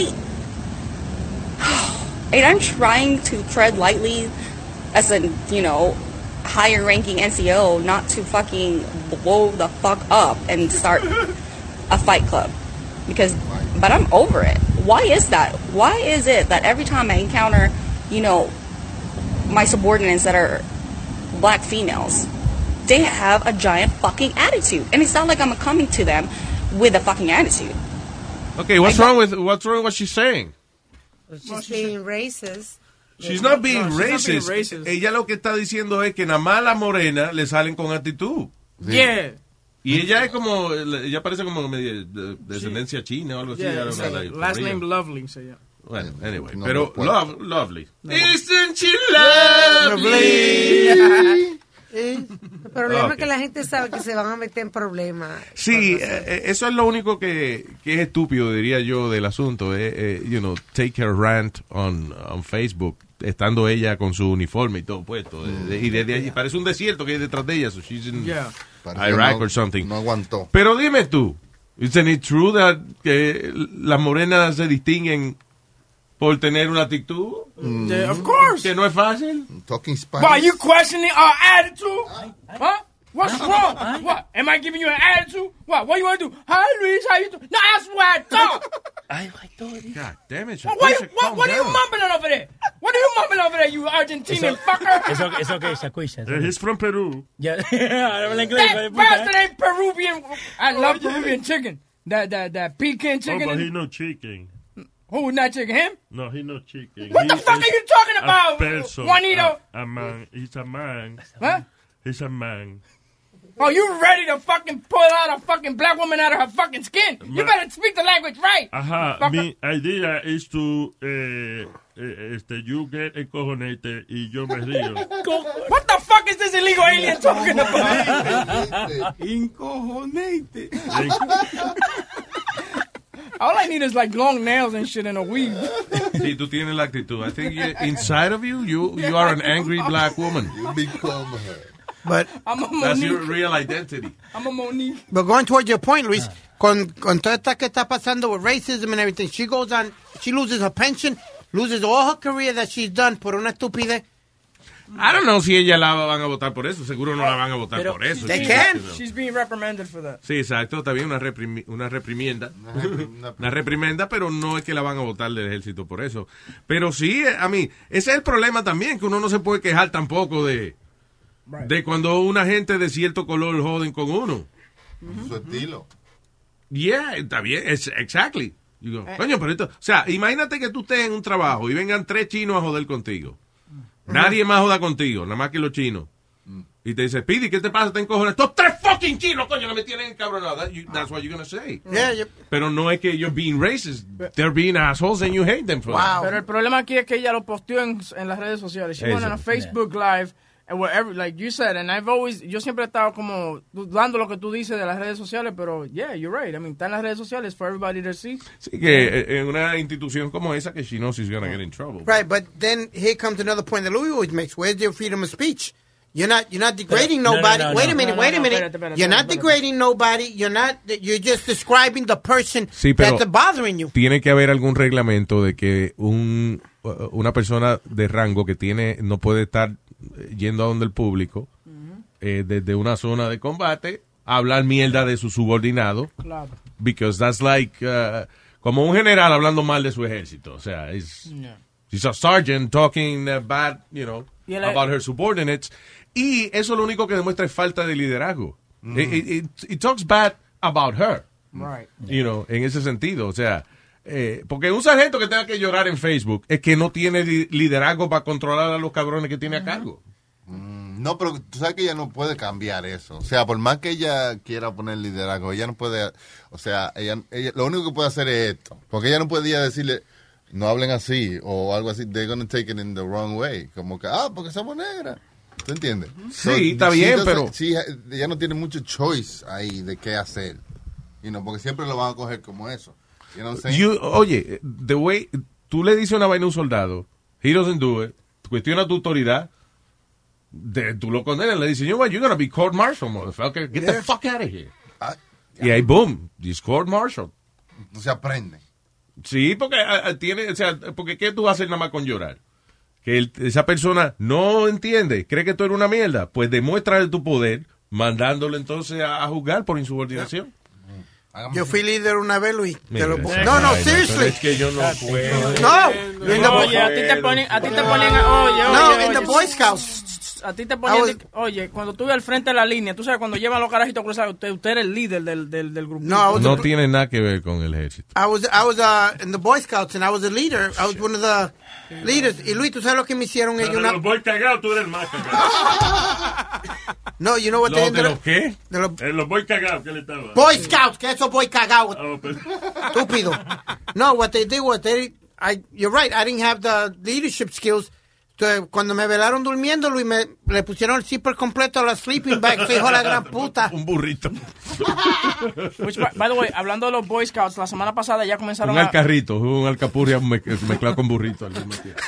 I'm trying to tread lightly as a, higher ranking NCO, not to fucking blow the fuck up and start a fight club. But I'm over it. Why is that? Why is it that every time I encounter, my subordinates that are black females, they have a giant fucking attitude? And it's not like I'm coming to them with a fucking attitude. Okay, what's wrong with what she's saying? She's being racist. She's not being racist. Ella lo que está diciendo es que nada más las morenas le salen con actitud. Sí. Yeah. Y ella es como, ella parece como de descendencia china o algo así. Yeah, last name Lovely, so yeah. Well, anyway, pero lovely. No. Isn't she lovely? El problema es que la gente sabe que se van a meter en problemas. Sí, eso es lo único que es estúpido, diría yo, del asunto. Take her rant on Facebook, estando ella con su uniforme y todo puesto. Y desde allí parece un desierto que hay detrás de ella. So she's in Iraq or something. No aguantó. Pero dime tú, ¿isn't it true que las morenas se distinguen por tener una actitud? Of course. Que no es fácil. Talking Spanish. Why, you questioning our attitude? Huh? What's wrong? What? Am I giving you an attitude? What you want to do? Hi, Luis, how you doing? No, that's why I talk. God damn it. What are you mumbling over there? What are you mumbling over there, you Argentinian fucker? Eso que es Shakuisha. He's from Peru. Yeah. That bastard ain't Peruvian. I love Peruvian chicken. that pecan chicken. Oh, but he no chicken. Who, not chicken? Him? No, he no chicken. What the fuck are you talking about, Juanito? A man. He's a man. Huh? He's a man. Oh, you ready to fucking pull out a fucking black woman out of her fucking skin? You better speak the language right. Ajá, mi idea is to, you get encojonate y yo me río. What the fuck is this illegal alien talking about? Encojonate. All I need is like long nails and shit and a weave. Sí, tú tienes la actitud. I think inside of you are an angry black woman. You become her. But I'm a Monique. That's your real identity. I'm a Monique. But going towards your point, Luis, con toda esta que está pasando with racism and everything, she loses her pension, loses all her career that she's done por una estupidez. I don't know si ella la van a votar por eso. Seguro no la van a votar por eso. They can. She's being reprimanded for that. Sí, exacto. Está bien una reprimienda. Una reprimenda, pero no es que la van a votar del ejército por eso. Pero sí, a mí, ese es el problema también, que uno no se puede quejar tampoco de cuando una gente de cierto color joden con uno. Su estilo. Yeah, está bien. Exactly. Digo, coño, pero esto, o sea, imagínate que tú estés en un trabajo y vengan 3 chinos a joder contigo. Nadie más joda contigo, nada más que los chinos. Y te dice, Speedy, ¿qué te pasa? Te encojonas. Estos 3 fucking chinos, coño, no me tienen encabronado. That's what you're gonna say. Yeah, Pero no es que you're being racist. They're being assholes and you hate them for that. Pero el problema aquí es que ella lo posteó en las redes sociales. She went on a Facebook Live. And wherever, like you said, and yo siempre he estado como dudando lo que tú dices de las redes sociales, pero yeah, you're right. I mean, está en las redes sociales for everybody to see. Sí, que en una institución como esa que she knows she's gonna get in trouble. Right, but then here comes another point that Louis always makes. Where's your freedom of speech? You're not degrading nobody. Wait a minute. You're not degrading nobody. You're just describing the person that's bothering you. Tiene que haber algún reglamento de que una persona de rango que no puede estar yendo a donde el público desde una zona de combate a hablar mierda de su subordinado. Claro. Because that's like como un general hablando mal de su ejército. O sea, he's a sergeant talking bad, about her subordinates. Y eso lo único que demuestra es falta de liderazgo. It talks bad about her. Right. En ese sentido. O sea, porque un sargento que tenga que llorar en Facebook es que no tiene liderazgo para controlar a los cabrones que tiene a cargo. No, pero tú sabes que ella no puede cambiar eso. O sea, por más que ella quiera poner liderazgo, ella no puede. O sea, ella lo único que puede hacer es esto. Porque ella no podía decirle, no hablen así o algo así. They're gonna take it in the wrong way. Como que, porque somos negras. ¿Tú entiendes? Sí, está bien, pero sí, ella no tiene mucho choice ahí de qué hacer. Porque siempre lo van a coger como eso. Oye, the way tú le dices una vaina a un soldado, he doesn't do it, cuestiona tu autoridad, tú lo condenas, le dices, you're gonna be court-martial, motherfucker, get the fuck out of here. Y ahí, boom, this court-martial. No se aprende. Sí, porque porque ¿qué tú vas a hacer nada más con llorar? Que esa persona no entiende, cree que tú eres una mierda, pues demuéstrale tu poder, mandándole entonces a juzgar por insubordinación. Yo fui líder una vez, Luis. No, seriously. Es que yo no puedo. Oye, a ti te ponen, in the Boy Scouts. A ti te ponen, oye, cuando tú ves al frente de la línea, tú sabes, cuando llevan los carajitos cruzados, usted era el líder del grupo. No tiene nada que ver con el ejército. I was in the Boy Scouts and I was a leader. I was one of the leaders. Y Luis, ¿tú sabes lo que me hicieron ellos? Los boy cagados, tú eres el más cagado. No, you know what they ended up... ¿Qué? Los boy cagados, ¿qué le estaba? Boy Scouts, que eso boy cagado. Estúpido. No, what they did was you're right, I didn't have the leadership skills. Entonces, cuando me velaron durmiendo, Luis, le pusieron el zipper completo a la sleeping bag, hijo de la gran puta. Un burrito. Which, by the way, hablando de los Boy Scouts, la semana pasada ya comenzaron un alcarrito, un alcapurria mezclado con burrito al mismo tiempo.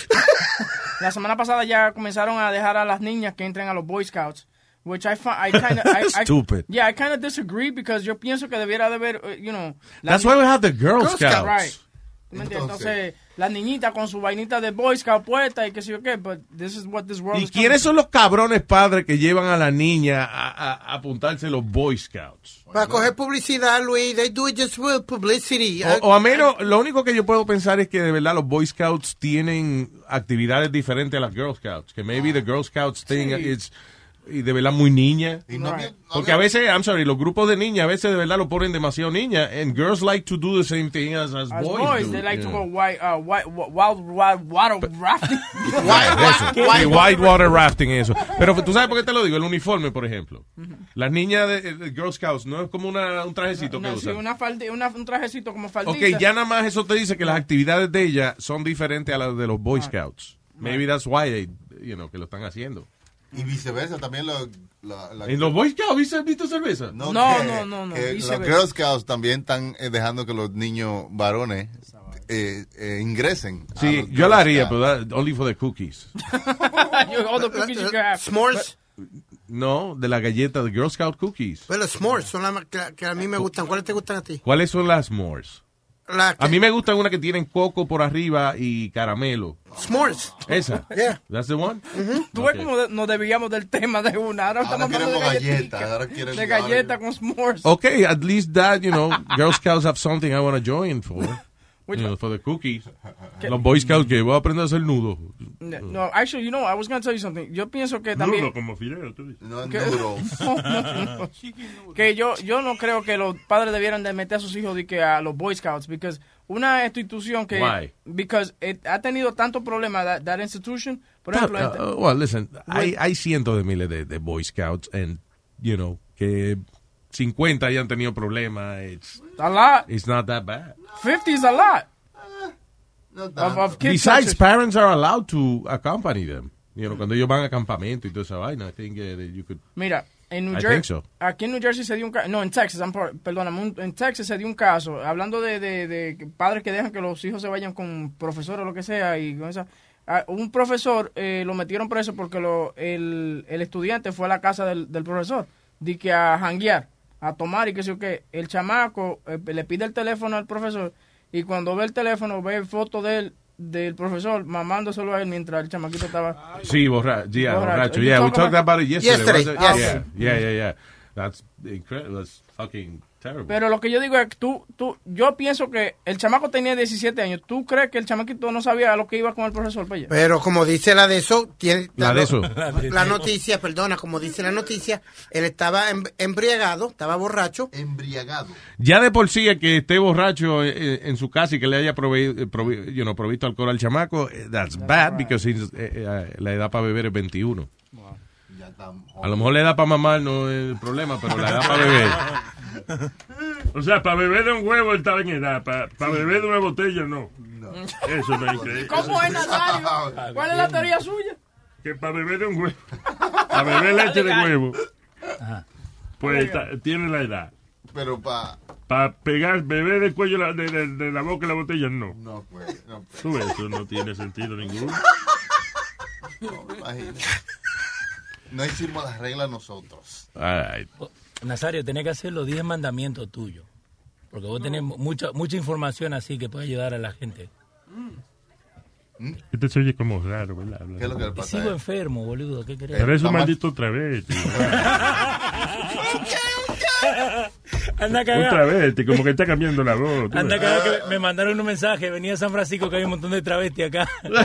La semana pasada ya comenzaron a dejar a las niñas que entren a los Boy Scouts. Which I kind of stupid. Yeah, I kind of disagree because yo pienso que debiera de haber, That's why we have the Girl Scouts. Right. Entonces, las niñitas con su vainita de Boy Scout puesta y qué sé yo qué, but this is what this world ¿Y is quiénes son los cabrones padres que llevan a la niña a apuntarse los Boy Scouts? Para coger publicidad, Luis. They do it just with publicity. O a menos, lo único que yo puedo pensar es que de verdad los Boy Scouts tienen actividades diferentes a las Girl Scouts. Que maybe the Girl Scouts thing is... y de verdad muy niña. Y no, Porque a veces, I'm sorry, los grupos de niñas a veces de verdad lo ponen demasiado niña. And girls like to do the same thing as boys do. They like to go wild water rafting. White water rafting, eso. Pero tú sabes por qué te lo digo, el uniforme, por ejemplo. Las niñas de Girl Scouts no es como un trajecito que usan. Sí, un trajecito como faldita. Ok, ya nada más eso te dice que las actividades de ella son diferentes a las de los Boy Scouts. Maybe that's why they, que lo están haciendo. Y viceversa, también ¿En los Boy Scouts visto cerveza? No. Que los Girl Scouts también están dejando que los niños varones ingresen. Sí, yo la haría, pero only for the cookies. All the cookies you can have. S'mores. No, de la galleta de Girl Scout cookies. Pero los s'mores son las que a mí me gustan. ¿Cuáles te gustan a ti? ¿Cuáles son las s'mores? A mí me gustan una que tienen coco por arriba y caramelo. S'mores. Esa. Yeah. That's the one. Tú ves cómo nos desviamos del tema de una. Ahora estamos hablando de galletas. De galleta con s'mores. Okay, at least that, Girl Scouts have something I want to join for. For the cookies. Los Boy Scouts que voy a aprender a hacer nudo. No, actually, I was going to tell you something. Yo pienso que también... Nudo como fideo, tú dices. No, nudo. Que yo no creo que los padres debieran de meter a sus hijos a los Boy Scouts, because una institución que... Why? Because ha tenido tantos problemas, that institution, por ejemplo... Well, listen, hay cientos de miles de Boy Scouts, and, que 50 hayan tenido problemas. It's a lot. It's not that bad. 50 is a lot. Of kids. Besides, parents are allowed to accompany them. Cuando ellos van a campamento y toda esa vaina, I think that you could... Mira, en New I Jersey, think so. Aquí en New Jersey se dio un caso, no, en Texas, perdóname, en Texas se dio un caso, hablando de padres que dejan que los hijos se vayan con profesores o lo que sea, y con esa... Un profesor lo metieron preso porque el estudiante fue a la casa del profesor, de que a janguear, a tomar y qué sé yo qué. El chamaco le pide el teléfono al profesor y cuando ve el teléfono ve foto del profesor mamándoselo a él mientras el chamaquito estaba... Sí, borracho. Yeah, we talked about it yesterday. Yes. Yeah. That's incredible. That's fucking terrible. Pero lo que yo digo es que yo pienso que el chamaco tenía 17 años. ¿Tú crees que el chamaquito no sabía a lo que iba con el profesor? Pero como dice la noticia, como dice la noticia, él estaba embriagado, estaba borracho. Embriagado. Ya de por sí el que esté borracho en su casa y que le haya provisto alcohol al chamaco, that's bad, because la edad para beber es 21. Wow. A lo mejor la edad para mamar no es el problema, pero la edad para beber. O sea, para beber de un huevo él estaba en edad, para beber de una botella no. Eso no es increíble. ¿Cómo es, Nazario? ¿Cuál es la teoría suya? Que para beber de un huevo, para beber leche de huevo, pues tiene la edad. Pero para beber del cuello de la boca de la botella no. No puede. Tú ves, eso no tiene sentido ninguno. No, imagínate. No hicimos las reglas nosotros. Nazario, tenés que hacer los 10 mandamientos tuyos. Porque vos tenés mucha información así que puede ayudar a la gente. Este se oye como raro, ¿verdad? ¿Qué es lo que le pasa? Sigo enfermo, boludo. ¿Qué querés? Pero es un maldito otra vez, tío. Anda cagado. Otra vez, como que está cambiando la voz. Anda cagado que me mandaron un mensaje. Venía a San Francisco que hay un montón de travestis acá.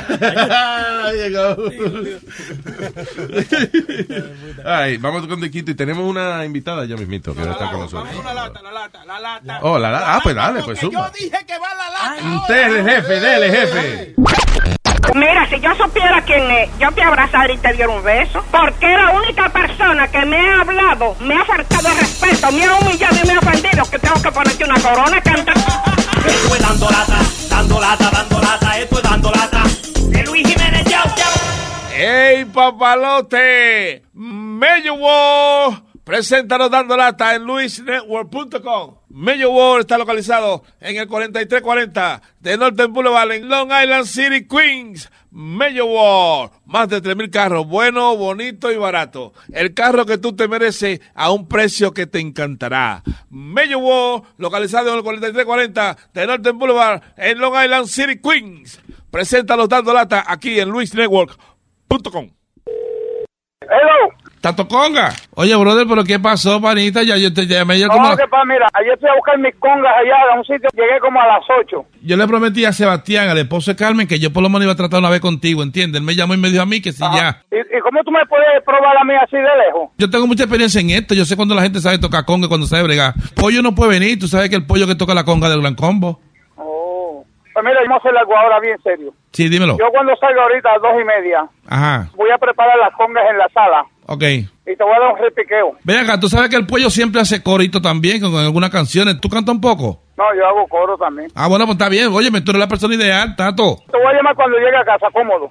Ay, vamos con Dequito y tenemos una invitada ya mismito que va a estar con nosotros. Vamos con la lata. Oh, la lata. Ah, pues dale, pues Yo suma. dije que va la lata. Usted, el jefe, dele, jefe. Mira, si yo supiera quién es, yo te abrazara y te diera un beso. Porque es la única persona que me ha hablado, me ha faltado el respeto, me ha humillado y me ha ofendido, que tengo que ponerte una corona, canta. Esto es dando lata, esto es dando lata. De Luis Jiménez, chao. ¡Ey, papalote! Mello World presenta los Dando Lata en luisnetwork.com. Mello World está localizado en el 4340 de Northern Boulevard en Long Island City, Queens. Mello World, más de 3,000 carros, bueno, bonito y barato. El carro que tú te mereces a un precio que te encantará. Mello World, localizado en el 4340 de Northern Boulevard en Long Island City, Queens. Presenta los Dando Lata aquí en luisnetwork.com. Hello. Tato Conga. Oye, brother, ¿pero qué pasó, panita? Ya yo te llamé ayer como... No, que pasa, mira, ayer fui a buscar mis congas allá a un sitio, llegué como a las 8. Yo le prometí a Sebastián, al esposo de Carmen, que yo por lo menos iba a tratar una vez contigo, ¿entiendes? Él me llamó y me dijo a mí que sí, ya. ¿Y cómo tú me puedes probar a mí así de lejos? Yo tengo mucha experiencia en esto. Yo sé cuando la gente sabe tocar conga y cuando sabe bregar. Pollo no puede venir. Tú sabes que el pollo que toca la conga del Gran Combo. Pues mira, vamos a hacer algo ahora bien serio. Sí, dímelo. Yo cuando salga ahorita a las 2:30, Ajá. voy a preparar las congas en la sala. Ok. Y te voy a dar un repiqueo. Ven acá, tú sabes que el pollo siempre hace corito también con algunas canciones. ¿Tú cantas un poco? No, yo hago coro también. Ah, bueno, pues está bien. Oye, tú eres la persona ideal, Tato. Te voy a llamar cuando llegue a casa, cómodo.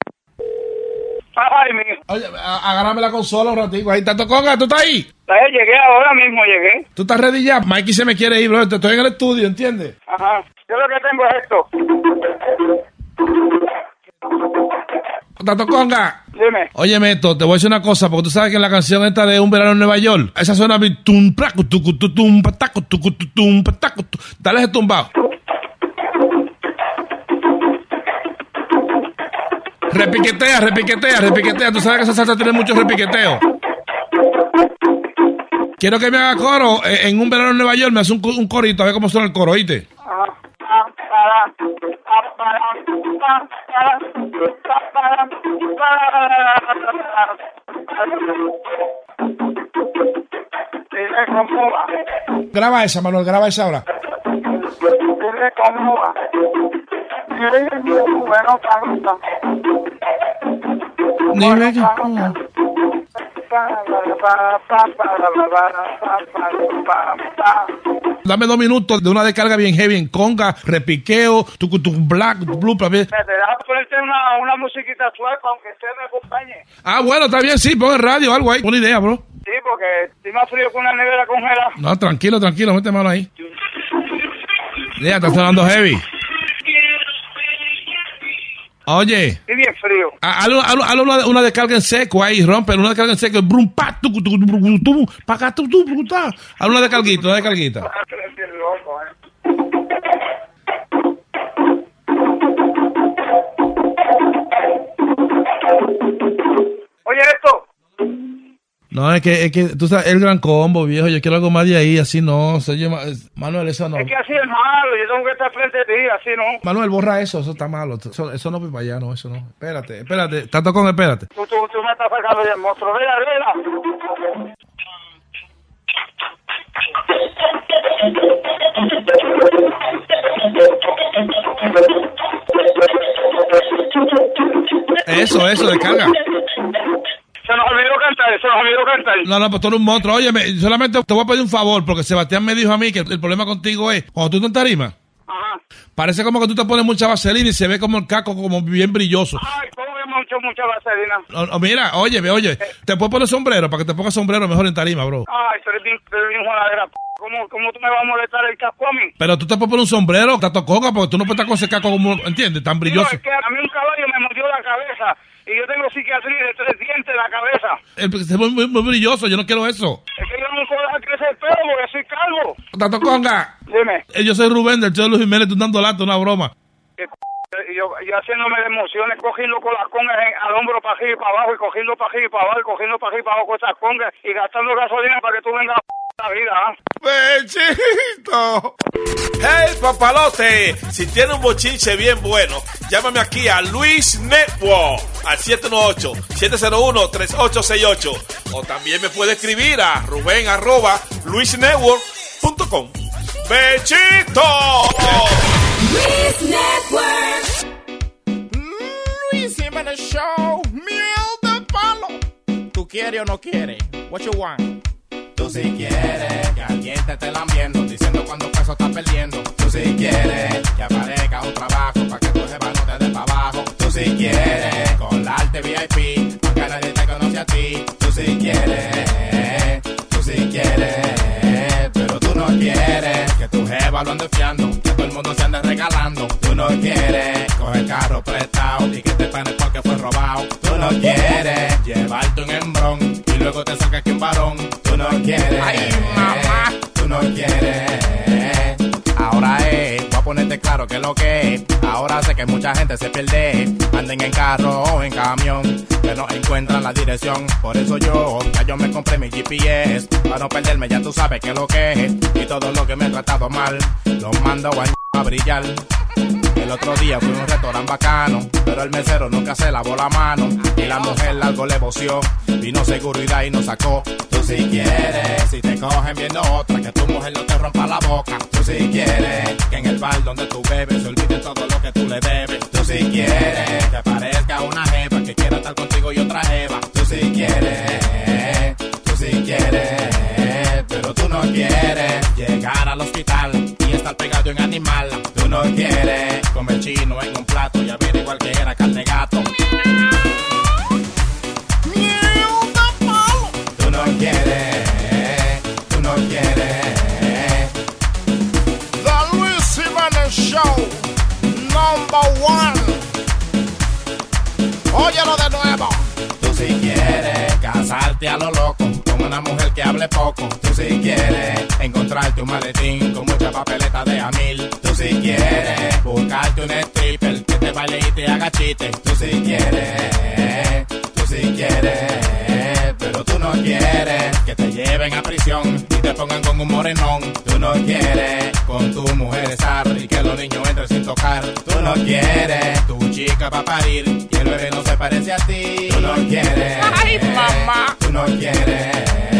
Ay, mijo. Oye, agárrame la consola un ratito. Ahí, Tato Conga, ¿tú estás ahí? Llegué ahora mismo, llegué. ¿Tú estás ready ya? Mikey se me quiere ir, bro. Estoy en el estudio, ¿entiendes? Ajá. Yo lo que tengo es esto. Tato Conga. Dime. Óyeme esto, te voy a decir una cosa, porque tú sabes que en la canción esta de Un verano en Nueva York, esa suena bien tum praco tucu tum pataco tucu tum pataco. Dale ese tumbao. Repiquetea, repiquetea, repiquetea. Tú sabes que esa salsa tiene mucho repiqueteo. Quiero que me haga coro en Un verano en Nueva York, me hace un corito, a ver cómo suena el coro, ¿oíste? Graba esa, Manuel, graba esa ahora. Dime que... Dame 2 minutos de una descarga bien heavy en conga, repiqueo, tu black, blue, para ver. Me te dejas ponerte una musiquita suave aunque usted me acompañe. Ah, bueno, está bien, sí, pon el radio, algo ahí. Buena idea, bro. Sí, porque estoy más frío que una nevera congelada. No, tranquilo, tranquilo, mete mano ahí. Ya, está sonando heavy. Oye. Estoy bien frío. Hazle una descarga en seco ahí, rompe, una descarga en seco. Brum, pa, tu, pa, acá, tu, ta. Hazle una descarguita, una descarguita. Oye, esto. No, es que tú sabes, el Gran Combo, viejo, yo quiero algo más de ahí, así no. Manuel, eso no. Es que así es malo, yo tengo que estar frente a ti, así no. Manuel, borra eso está malo. Eso no va para allá, no, eso no. Espérate. Tato Conga, espérate. Tú me estás sacando del monstruo, mira. Eso, descarga. Se nos olvidó cantar. No, pues tú eres un monstruo. Oye, solamente te voy a pedir un favor, porque Sebastián me dijo a mí que el problema contigo es, cuando tú te entarimas, parece como que tú te pones mucha vaselina y se ve como el caco como bien brilloso. Ay, ¿cómo que mucha vaselina? Mira, oye, te puedes poner sombrero, para que te pongas sombrero mejor en tarima, bro. Ay, tú eres bien jugadera. ¿Cómo tú me vas a molestar el casco a mí? Pero tú te puedes poner un sombrero, Tato Conga, porque tú no puedes estar con ese caco como, ¿entiendes? Tan brilloso. No, es que a mí un caballo me mordió la cabeza y yo tengo cicatriz de 3 dientes en la cabeza. Es muy brilloso, yo no quiero eso. Es que yo no puedo dejar crecer el pelo porque soy calvo. Tato Conga. Dime. Yo soy Rubén del show de Luis Jiménez, tú dando lata, una broma. Yo haciéndome de emociones, cogiendo con las congas al hombro para arriba y para abajo, y cogiendo para arriba y para abajo, y cogiendo para arriba y para abajo con esas congas, y gastando gasolina para que tú vengas a la vida, ¿ah? ¡Bechito! ¡Hey, papalote! Si tiene un bochinche bien bueno, llámame aquí a Luis Network al 718-701-3868. O también me puede escribir a ruben@luisnetwork.com. ¡Bechito! Luis Network. Luis Jiménez Show, miel de palo. ¿Tú quieres o no quieres? What you want? Tú si quieres que alguien te esté lambiendo, diciendo cuando peso estás perdiendo. Tú si quieres que aparezca un trabajo para que tu jefa no te dé para abajo. Tú si quieres colarte VIP, para que nadie te conoce a ti. Tú si quieres, pero tú no quieres que tu jefa lo ande fiando, que todo el mundo se ande regalando. Tú no quieres coger carro prestado y que te paguen porque fue robado. Tú no quieres llevarte un hembrón y luego te salga aquí un varón. Tú no quieres, ay mamá, tú no quieres. Ahora voy a ponerte claro que lo que es. Ahora sé que mucha gente se pierde, anden en carro o en camión, que no encuentran la dirección. Por eso yo me compré mi GPS, para no perderme, ya tú sabes que lo que es. Y todo lo que me he tratado mal, lo mando a brillar. El otro día fui a un restaurante bacano, pero el mesero nunca se lavó la mano. Y la mujer algo le voció, vino seguridad y nos sacó. Tú si quieres, si te cogen viendo otra, que tu mujer no te rompa la boca. Tú si quieres, que en el bar donde tú bebes se olvide todo lo que tú le debes. Tú si quieres, que parezca una jeva, que quiera estar contigo y otra jeva. Tú si quieres, pero tú no quieres llegar al hospital y estar pegado en animal. Tú no quieres comer chino en un plato y averiguar que era carne gato. Tú no quieres, tú no quieres. The Luis Jiménez Show, #1. Óyelo de nuevo. Tú si quieres casarte a lo loco con una mujer que hable poco. Tú si quieres encontrarte un maletín con mucha papeleta de a 1000. Tú si quieres buscarte un stripper que te baile y te haga chiste. Tú si quieres, pero tú no quieres que te lleven a prisión y te pongan con un morenón. Tú no quieres con tu mujer estar y que los niños entren sin tocar. Tú no quieres tu chica pa' parir y el bebé no se parece a ti. Tú no quieres, ay mamá, tú no quieres.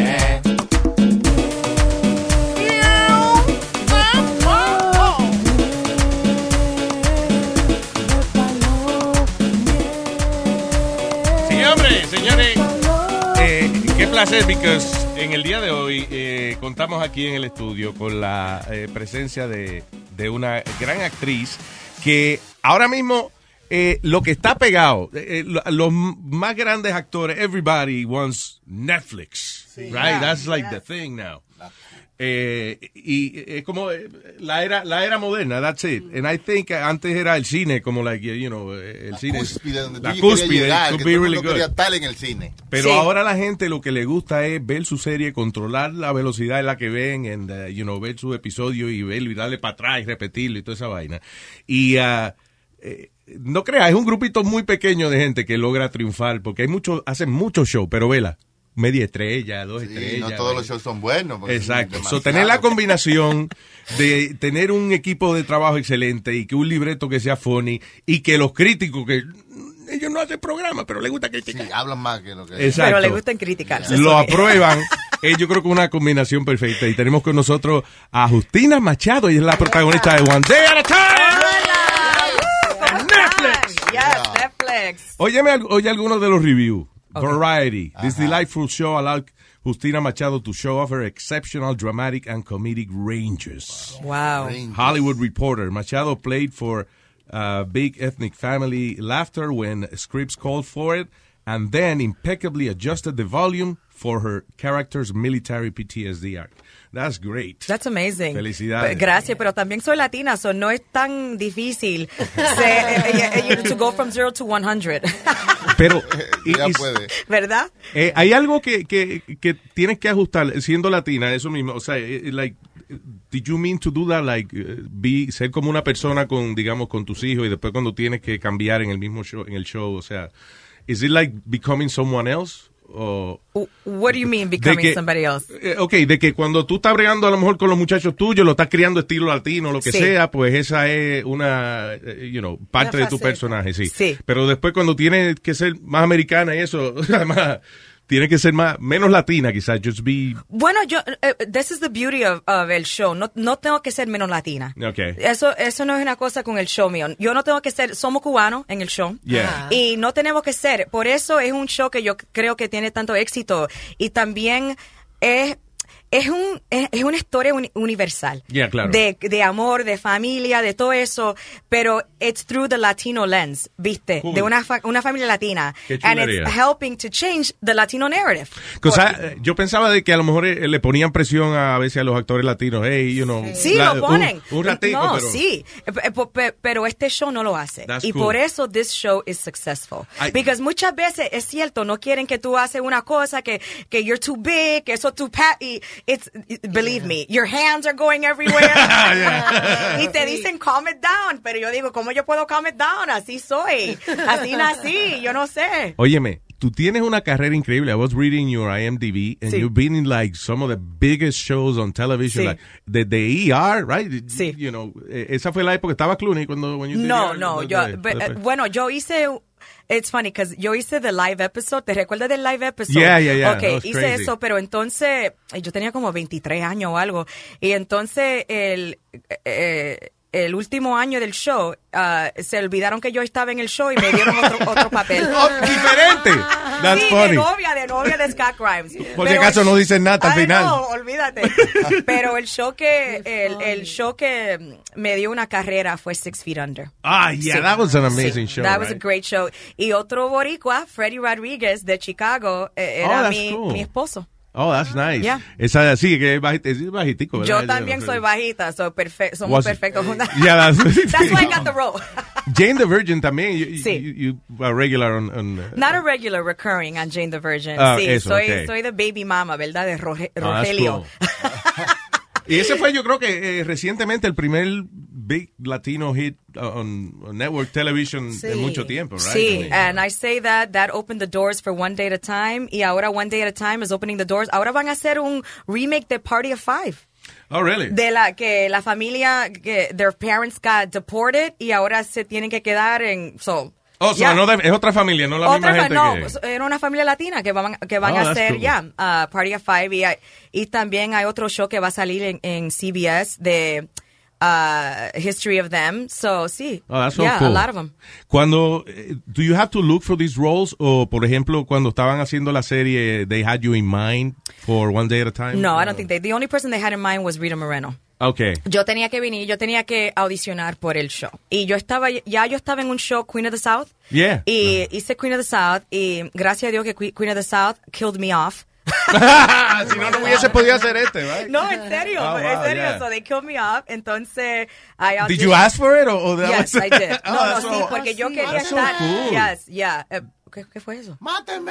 Señores, qué placer, porque en el día de hoy contamos aquí en el estudio con la presencia de una gran actriz que ahora mismo lo que está pegado, los más grandes actores, everybody wants Netflix, sí, right? That's like the thing now. Y es como la era moderna, that's it. And I think antes era el cine, como like, you know, el cine. La cúspide, llegar, could be really good. Quería estar en el cine. Pero sí, ahora la gente lo que le gusta es ver su serie, controlar la velocidad en la que ven, and, you know, ver su episodio y verlo y darle para atrás y repetirlo y toda esa vaina. Y no creas, es un grupito muy pequeño de gente que logra triunfar, porque hay hacen muchos shows, pero vela. Media estrella, 2 estrellas. No todos los shows son buenos. Exacto. Tener la combinación de tener un equipo de trabajo excelente y que un libreto que sea funny y que los críticos que ellos no hacen programa, pero les gusta criticar. Sí, hablan más que lo que... Exacto. Pero les gustan criticar. Lo aprueban. Yo creo que una combinación perfecta. Y tenemos con nosotros a Justina Machado, y es la protagonista de One Day at a Time. Netflix. Yes, Netflix. Oye algunos de los reviews. Okay. Variety. This delightful show allowed Justina Machado to show off her exceptional dramatic and comedic ranges. Wow. Hollywood Reporter. Machado played for big ethnic family laughter when scripts called for it, and then impeccably adjusted the volume for her character's military PTSD arc. That's great. That's amazing. Felicidades. Gracias, pero también soy latina, so no es tan difícil to go from 0 to 100. Pero, ya puede. ¿Verdad? Hay algo que tienes que ajustar siendo latina, eso mismo. O sea, like, did you mean to do that, like, ser como una persona con, digamos, con tus hijos y después cuando tienes que cambiar en el mismo show, en el show, o sea, is it like becoming someone else? What do you mean becoming somebody else? Okay, de que cuando tú estás bregando a lo mejor con los muchachos tuyos, lo estás criando estilo latino, lo que sea, pues esa es una, parte de tu personaje, sí. Pero después cuando tienes que ser más americana y eso, además, tiene que ser menos latina, quizás, just be... Bueno, this is the beauty of el show. No tengo que ser menos latina. Okay. Eso no es una cosa con el show mío. Yo no tengo que ser, somos cubanos en el show. Yeah. Y no tenemos que ser. Por eso es un show que yo creo que tiene tanto éxito. Y también es una historia universal. Yeah, claro. De amor, de familia, de todo eso, pero it's through the Latino lens, ¿viste? Cool. De una familia latina. Qué And chulería. it's helping to change the Latino narrative. Yo pensaba de que a lo mejor le ponían presión a veces a los actores latinos. Hey, Sí, lo ponen. Un ratico, no, pero... sí. Pero este show no lo hace. That's y cool. por eso this show is successful. Because muchas veces es cierto, no quieren que tú haces una cosa que you're too big, que eso too pat, y believe me, your hands are going everywhere. Y te dicen, calm it down. Pero yo digo, ¿cómo yo puedo calm it down? Así soy. Así nací. Yo no sé. Óyeme, tú tienes una carrera increíble. I was reading your IMDb, and you've been in like some of the biggest shows on television, like the ER, right? Sí. You know, esa fue la época. ¿Estaba Clooney cuando when you did No, ER? no. Bueno, yo hice... It's funny, because yo hice the live episode. ¿Te recuerdas del live episode? Yeah. Okay, hice crazy. Eso, pero entonces... Yo tenía como 23 años o algo. Y entonces el último año del show, se olvidaron que yo estaba en el show y me dieron otro papel. Diferente. That's funny. de novia de Scott Grimes. Por si acaso no dicen nada al final. No, olvídate. Pero el show que me dio una carrera fue 6 Feet Under. Yeah, that was an amazing show. That was a great show. Y otro boricua, Freddie Rodríguez de Chicago, era mi esposo. Oh, that's nice. Yeah. Esa sí, que es bajitico, ¿verdad? Yo también soy bajita, somos perfectos juntas. Yeah, that's why I got the role. Jane the Virgin también. You are regular on Not a regular, recurring on Jane the Virgin. Sí, eso, soy the baby mama, ¿verdad? De Rogelio. Cool. Y ese fue, yo creo que recientemente el primer big Latino hit on network television en mucho tiempo, right? Sí, and I say that opened the doors for One Day at a Time, y ahora One Day at a Time is opening the doors. Ahora van a hacer un remake de Party of Five. Oh, really? De la familia, que their parents got deported y ahora se tienen que quedar en... es otra familia, no la misma gente que... era una familia latina que van a hacer cool. Party of Five, y también hay otro show que va a salir en CBS de History of Them. So, sí. Oh, that's so cool. A lot of them. Cuando, do you have to look for these roles? O, por ejemplo, cuando estaban haciendo la serie, they had you in mind for One Day at a Time? No, I don't think the only person they had in mind was Rita Moreno. Okay. Yo tenía que venir, yo tenía que audicionar por el show. Y yo estaba en un show, Queen of the South. Yeah. Y hice Queen of the South, y gracias a Dios que Queen of the South killed me off. Si no hubiese podido hacer right? No, en serio, en serio. Yeah. So they killed me off. Entonces, Did you ask for it? Yes, I did. Sí, porque yo quería estar. Cool. Yes, yeah. ¿Qué fue eso? ¡Mátenme!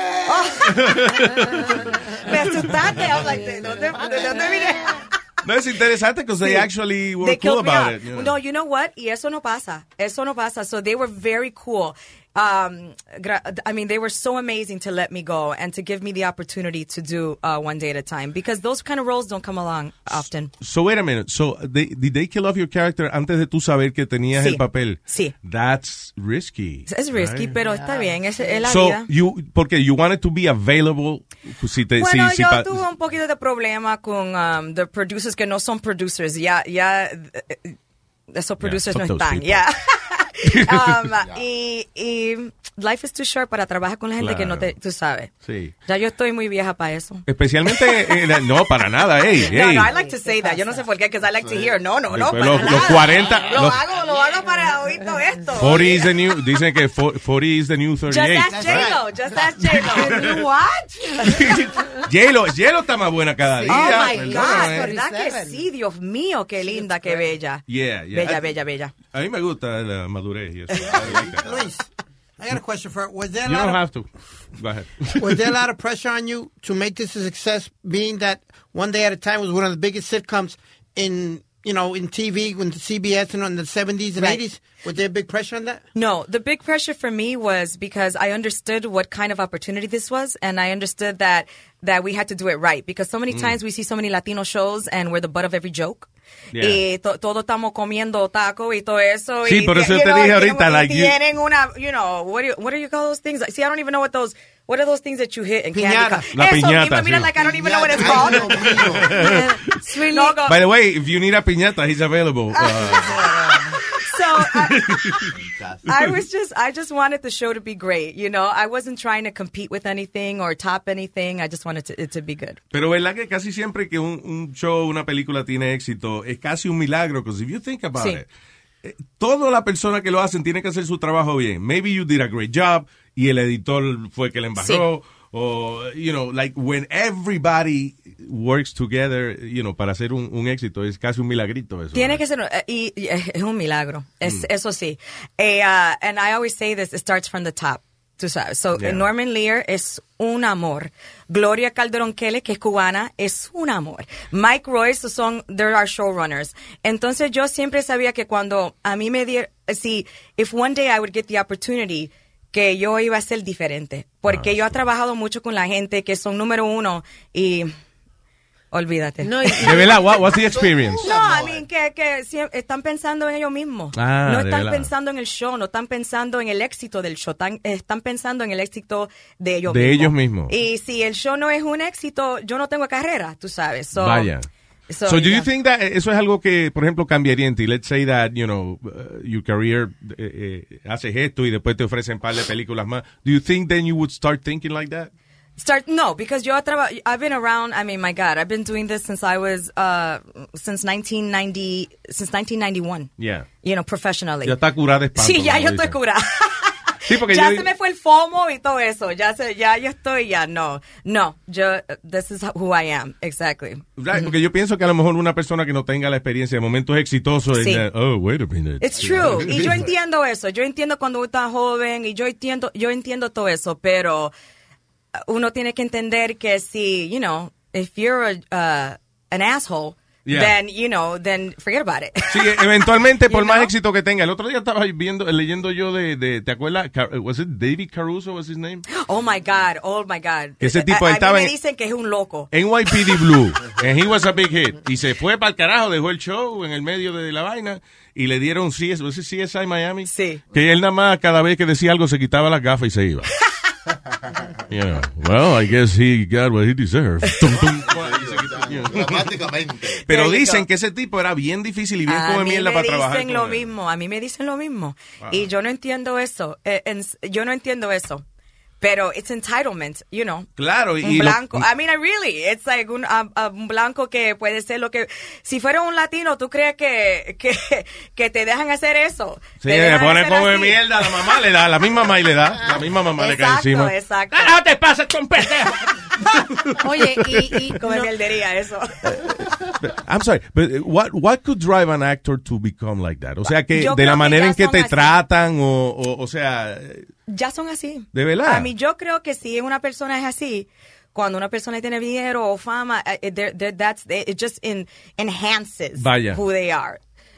Me asustaste. I was like, ¿de dónde vine? No, es interesante because they actually were cool about it. You know? No, you know what? Y eso no pasa. So they were very cool. I mean, they were so amazing to let me go and to give me the opportunity to do One Day at a Time, because those kind of roles don't come along often. So wait a minute. So did they kill off your character antes de tú saber que tenías el papel? Sí. That's risky. Es risky, pero está bien. Es la vida. Porque you wanted to be available. Yo tuve un poquito de problema con the producers que no son producers. Ya, esos producers no están. Ya. Y life is too short para trabajar con la gente que no tú sabes. Sí. Ya yo estoy muy vieja para eso. Especialmente, no, para nada, No, I like to say that. Yo no sé por qué, because I like to hear. No, para los nada. 40. Lo hago para oír todo esto. 40 is the new, dicen que 40 is the new 38. Just ask J-Lo. What? J-Lo está más buena cada día. Oh my God, ¿verdad que sí? Dios mío, qué linda, qué bella. Yeah. Bella. A mí me gusta la madurez y eso. Luis, I got a question for you. You don't have to. Go ahead. Was there a lot of pressure on you to make this a success, being that One Day at a Time was one of the biggest sitcoms in TV, when the CBS and in the 70s and 80s? Was there big pressure on that? No, the big pressure for me was because I understood what kind of opportunity this was, and I understood that we had to do it right, because so many times we see so many Latino shows and we're the butt of every joke. Yeah. Y todos estamos comiendo taco y todo eso. Sí, por eso te dije ahorita, tienen una, what do you call those things? See, I don't even know what are those things that you hit in candy? La piñata. Mira, like I don't even know what it's called. By the way, if you need a piñata, he's available. So I just wanted the show to be great, I wasn't trying to compete with anything or top anything. I just wanted it to be good. Pero verdad que casi siempre que un show, una película tiene éxito, es casi un milagro, because if you think about it, toda la persona que lo hacen tiene que hacer su trabajo bien. Maybe you did a great job y el editor fue que le embarró. Sí. O, like when everybody works together, para hacer un éxito, es casi un milagrito eso. Tiene que ser, y es un milagro, eso sí. And I always say this, it starts from the top. Tú sabes. So, Yeah. Norman Lear es un amor. Gloria Calderón Kelly, que es cubana, es un amor. Mike Royce they're our showrunners. Entonces yo siempre sabía que cuando a mí me dieron, if one day I would get the opportunity, que yo iba a ser diferente. Porque yo he trabajado mucho con la gente que son número uno y... Olvídate. No, De verdad, what's the experience? No, I mean, que están pensando en ellos mismos. Ah, no de están verdad. pensando en el show, no están pensando en el éxito del show, están pensando en el éxito de ellos De mismos. ellos mismos. Y si el show no es un éxito, yo no tengo carrera, tú sabes. So, Vaya. So, So do you yeah. think that eso es algo que, por ejemplo, cambiaría en ti? Let's say that, your career haces esto y después te ofrecen un par de películas más. Do you think then you would start thinking like that? No, because I've been around, I mean, my God, I've been doing this since I was, since 1991. Yeah. Professionally. Ya está curada de espanto. Sí, ya como yo estoy dicen. curada. Sí, porque ya yo- se me fue el FOMO y todo eso. Ya yo estoy, no, this is who I am, exactly. Right, porque yo pienso que a lo mejor una persona que no tenga la experiencia de momentos exitosos, Sí. oh, wait a minute. It's true. Y yo entiendo eso. Yo entiendo cuando uno está joven y yo entiendo todo eso, pero uno tiene que entender que si, if you're an asshole, Yeah. then forget about it. Sí, eventualmente, por You más know? éxito que tenga. El otro día estaba leyendo yo ¿te acuerdas? Was it David Caruso, was his name? Oh my God. Ese tipo a estaba mí me en- dicen que es un loco. NYPD Blue, and he was a big hit. Y se fue para el carajo, dejó el show en el medio de la vaina y le dieron CSI Miami. Sí. Que él nada más cada vez que decía algo se quitaba las gafas y se iba. Well, I guess he got what he deserved. Tum, tum. Dramáticamente. Pero There you dicen go. que ese tipo era bien difícil y bien A come mí mierda me para trabajar. dicen con lo él. mismo, a mí me dicen lo mismo. Wow. Y yo no entiendo eso. Yo no entiendo eso. Pero it's entitlement, Claro, y un lo- blanco. I mean, it's like un blanco que puede ser lo que... Si fuera un latino, ¿tú crees que te dejan hacer eso? Sí, Te le dejan pone hacer como de así. mierda a la mamá, le da, la misma mamá y le da, la misma mamá le cae encima. Exacto. No te pases con pendejo. Oye, y Como mierdería eso. I'm sorry, but what could drive an actor to become like that? O sea, que Yo de creo la que manera ya en que son te así. tratan o sea, Ya son así. ¿de verdad? A mí yo creo que si una persona es así, cuando una persona tiene dinero o fama, it just enhances Vaya. who they are.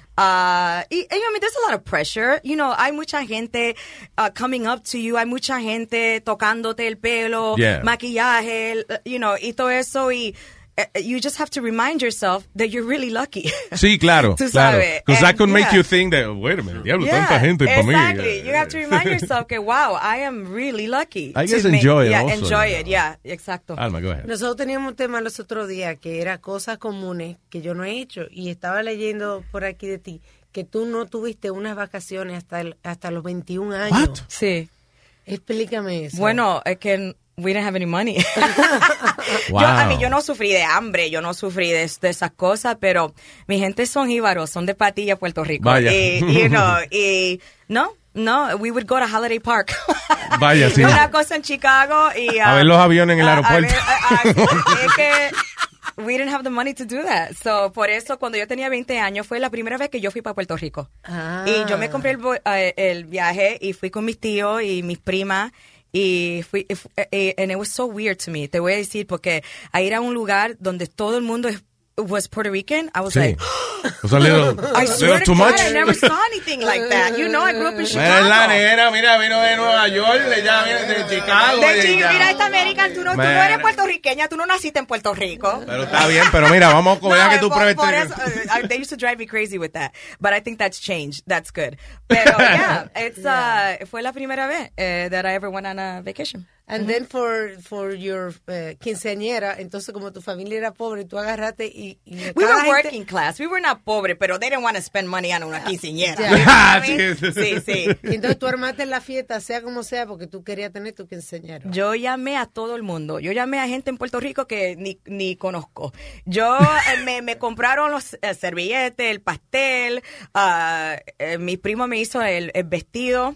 I mean, there's a lot of pressure. Hay mucha gente coming up to you. Hay mucha gente tocándote el pelo, Yeah. maquillaje, y todo eso. Y you just have to remind yourself that you're really lucky. Sí, claro, Tú claro. sabes. Because that And, could make yeah. you think that, wait a minute, diablo, Yeah, tanta gente para mí. exactly. You have to remind yourself que, wow, I am really lucky. I guess to enjoy it yeah, also, enjoy you it, yeah, exacto. Alma, go ahead. Nosotros teníamos un tema los otros días que era cosas comunes que yo no he hecho y estaba leyendo por aquí de ti que tú no tuviste unas vacaciones hasta los 21 años. Sí. Explícame eso. Bueno, es que we didn't have any money. Wow. Yo no sufrí de hambre, yo no sufrí de esas cosas, pero mi gente son jíbaros, son de Patilla, Puerto Rico. Vaya. Y no, we would go to Holiday Park. Vaya, sí. Una cosa en Chicago y... A ver los aviones en el aeropuerto. Es que we didn't have the money to do that. So, por eso, cuando yo tenía 20 años, fue la primera vez que yo fui para Puerto Rico. Y yo me compré el viaje y fui con mis tíos y mis primas. Y and it was so weird to me. Te voy a decir, porque a ir a un lugar donde todo el mundo was Puerto Rican, I was Sí. like, Was a little, I swear too to much. God, I never saw anything like that. I grew up in Mira, es la Chicago. nena, mira, vino de Nueva York, ya viene de Chicago. Mira, esta American, tú no eres puertorriqueña, tú no naciste en Puerto Rico. Pero está bien, pero mira, vamos a comer que tú pruebes. Por eso, they used to drive me crazy with that, but I think that's changed. That's good. Pero yeah, fue la primera vez that I ever went on a vacation. And then for your quinceañera, entonces como tu familia era pobre, tú agarraste y We cada were gente- working class. We were not pobre, pero they didn't want to spend money on una quinceañera. Ya. You know what I mean? Sí, sí. Y entonces tú armaste la fiesta, sea como sea, porque tú querías tener tu quinceañera. Yo llamé a todo el mundo. Yo llamé a gente en Puerto Rico que ni conozco. Yo me compraron los servilletes, el pastel. Mi primo me hizo el vestido.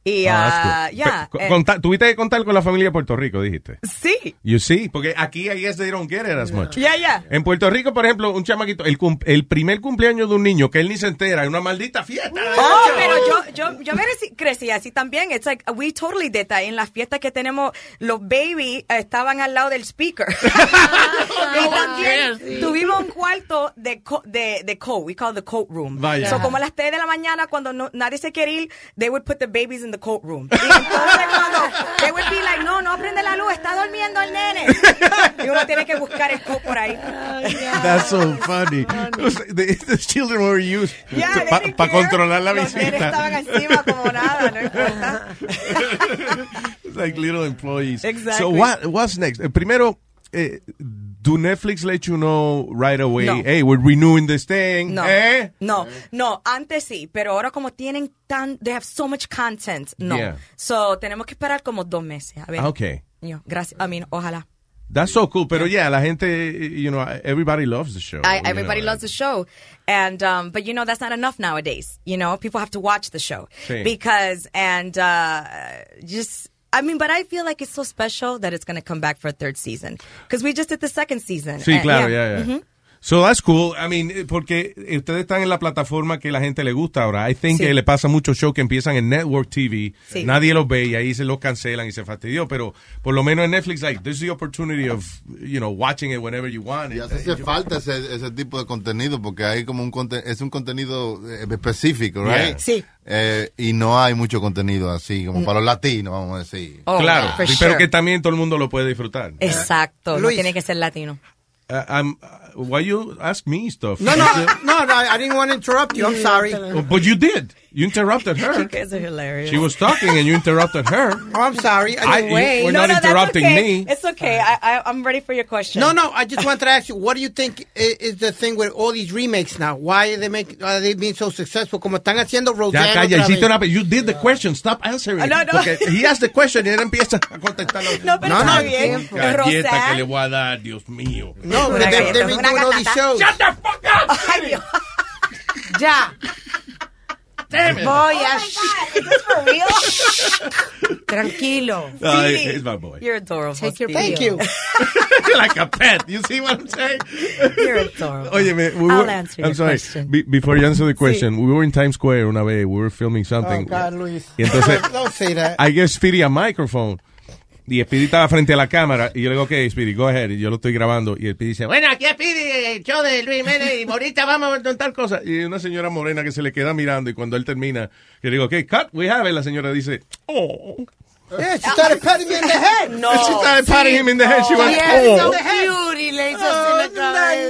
Y, yeah. Tuviste que contar con la familia de Puerto Rico, dijiste. Sí. You see, porque aquí, I guess they don't get it as much. Yeah. En Puerto Rico, por ejemplo, un chamaquito, el primer cumpleaños de un niño que él ni se entera, es una maldita fiesta. Oh, pero yo crecí así también. It's like, we totally did that. En la fiesta que tenemos, los babies estaban al lado del speaker. Y también tuvimos un cuarto de coat. We call it the coat room. Vaya. So, como a las 3 de la mañana, cuando nadie se quiere ir, they would put the babies in the coat room. Y entonces cuando they would be like, no prende la luz, está durmiendo el nene. Y uno tiene que buscar el coat por ahí. That's so funny. The children were used para controlar la Los nenes visita. estaban encima como nada, no importa. It's like little employees. Exactly. So what's next? Primero, do Netflix let you know right away, No. hey, we're renewing this thing? No, antes sí, pero ahora como tienen they have so much content, no. Yeah. So, tenemos que esperar como 2 meses. A ver. Okay. Gracias, ojalá. That's so cool. Pero yeah, la gente, everybody loves the show. Everybody loves the show. And, but that's not enough nowadays. People have to watch the show. Sí. Because, but I feel like it's so special that it's going to come back for a 3rd season. Because we just did the 2nd season. Sí, claro, yeah. Mm-hmm. So that's cool. I mean, porque ustedes están en la plataforma que la gente le gusta ahora. I think que le pasa muchos shows que empiezan en Network TV. Sí. Nadie los ve y ahí se los cancelan y se fastidió. Pero por lo menos en Netflix, like, there's the opportunity of, watching it whenever you want. Y hace falta ese tipo de contenido porque hay como es un contenido específico, right? Yeah. Sí. Y no hay mucho contenido así, como para los latinos, vamos a decir. Oh, claro, for pero sure. que también todo el mundo lo puede disfrutar. Exacto, Luis. no tiene que ser latino. Why you ask me stuff? No, I didn't want to interrupt you. I'm sorry. But you did. You interrupted her. You guys are hilarious. She was talking and you interrupted her. Oh, I'm sorry. We're not interrupting that's okay. me. It's okay. I'm ready for your question. No, I just wanted to ask you, what do you think is the thing with all these remakes now? Why are they being so successful? Como están haciendo Roseanne. Ya calla, otra hiciste vez. You did the question. Stop answering. No. Porque he asked the question y él empieza a contestar. No, pero está bien. Galleta Roseanne. que le voy a dar, Dios mío. No, Una but galleta, they've been una doing all these gatata. shows. Shut the fuck up! Ay, Dios. Ya. Damn it. Voy a... Is this for real? Tranquilo. He's my boy. You're adorable. Take your Thank you. Like a pet. You see what I'm saying? You're adorable. Oye, I'll answer your I'm sorry. question. Before you answer the question, we were in Times Square una vez. We were filming something. Oh, God, Luis. Y entonces, Don't say that. I gave Speedy a microphone. Y Speedy estaba frente a la cámara. Y yo le digo, ok, Speedy, go ahead. Y yo lo estoy grabando. Y Speedy dice, bueno, aquí es Speedy, el show de Luis Jiménez. Y ahorita vamos a ver tal cosa. Y una señora morena que se le queda mirando. Y cuando él termina, yo le digo, ok, cut, we have it. La señora dice, oh. Yeah, she started patting me in the head. No. She started patting him in the head. She went, Yes, oh. so cute. Y le hizo así en la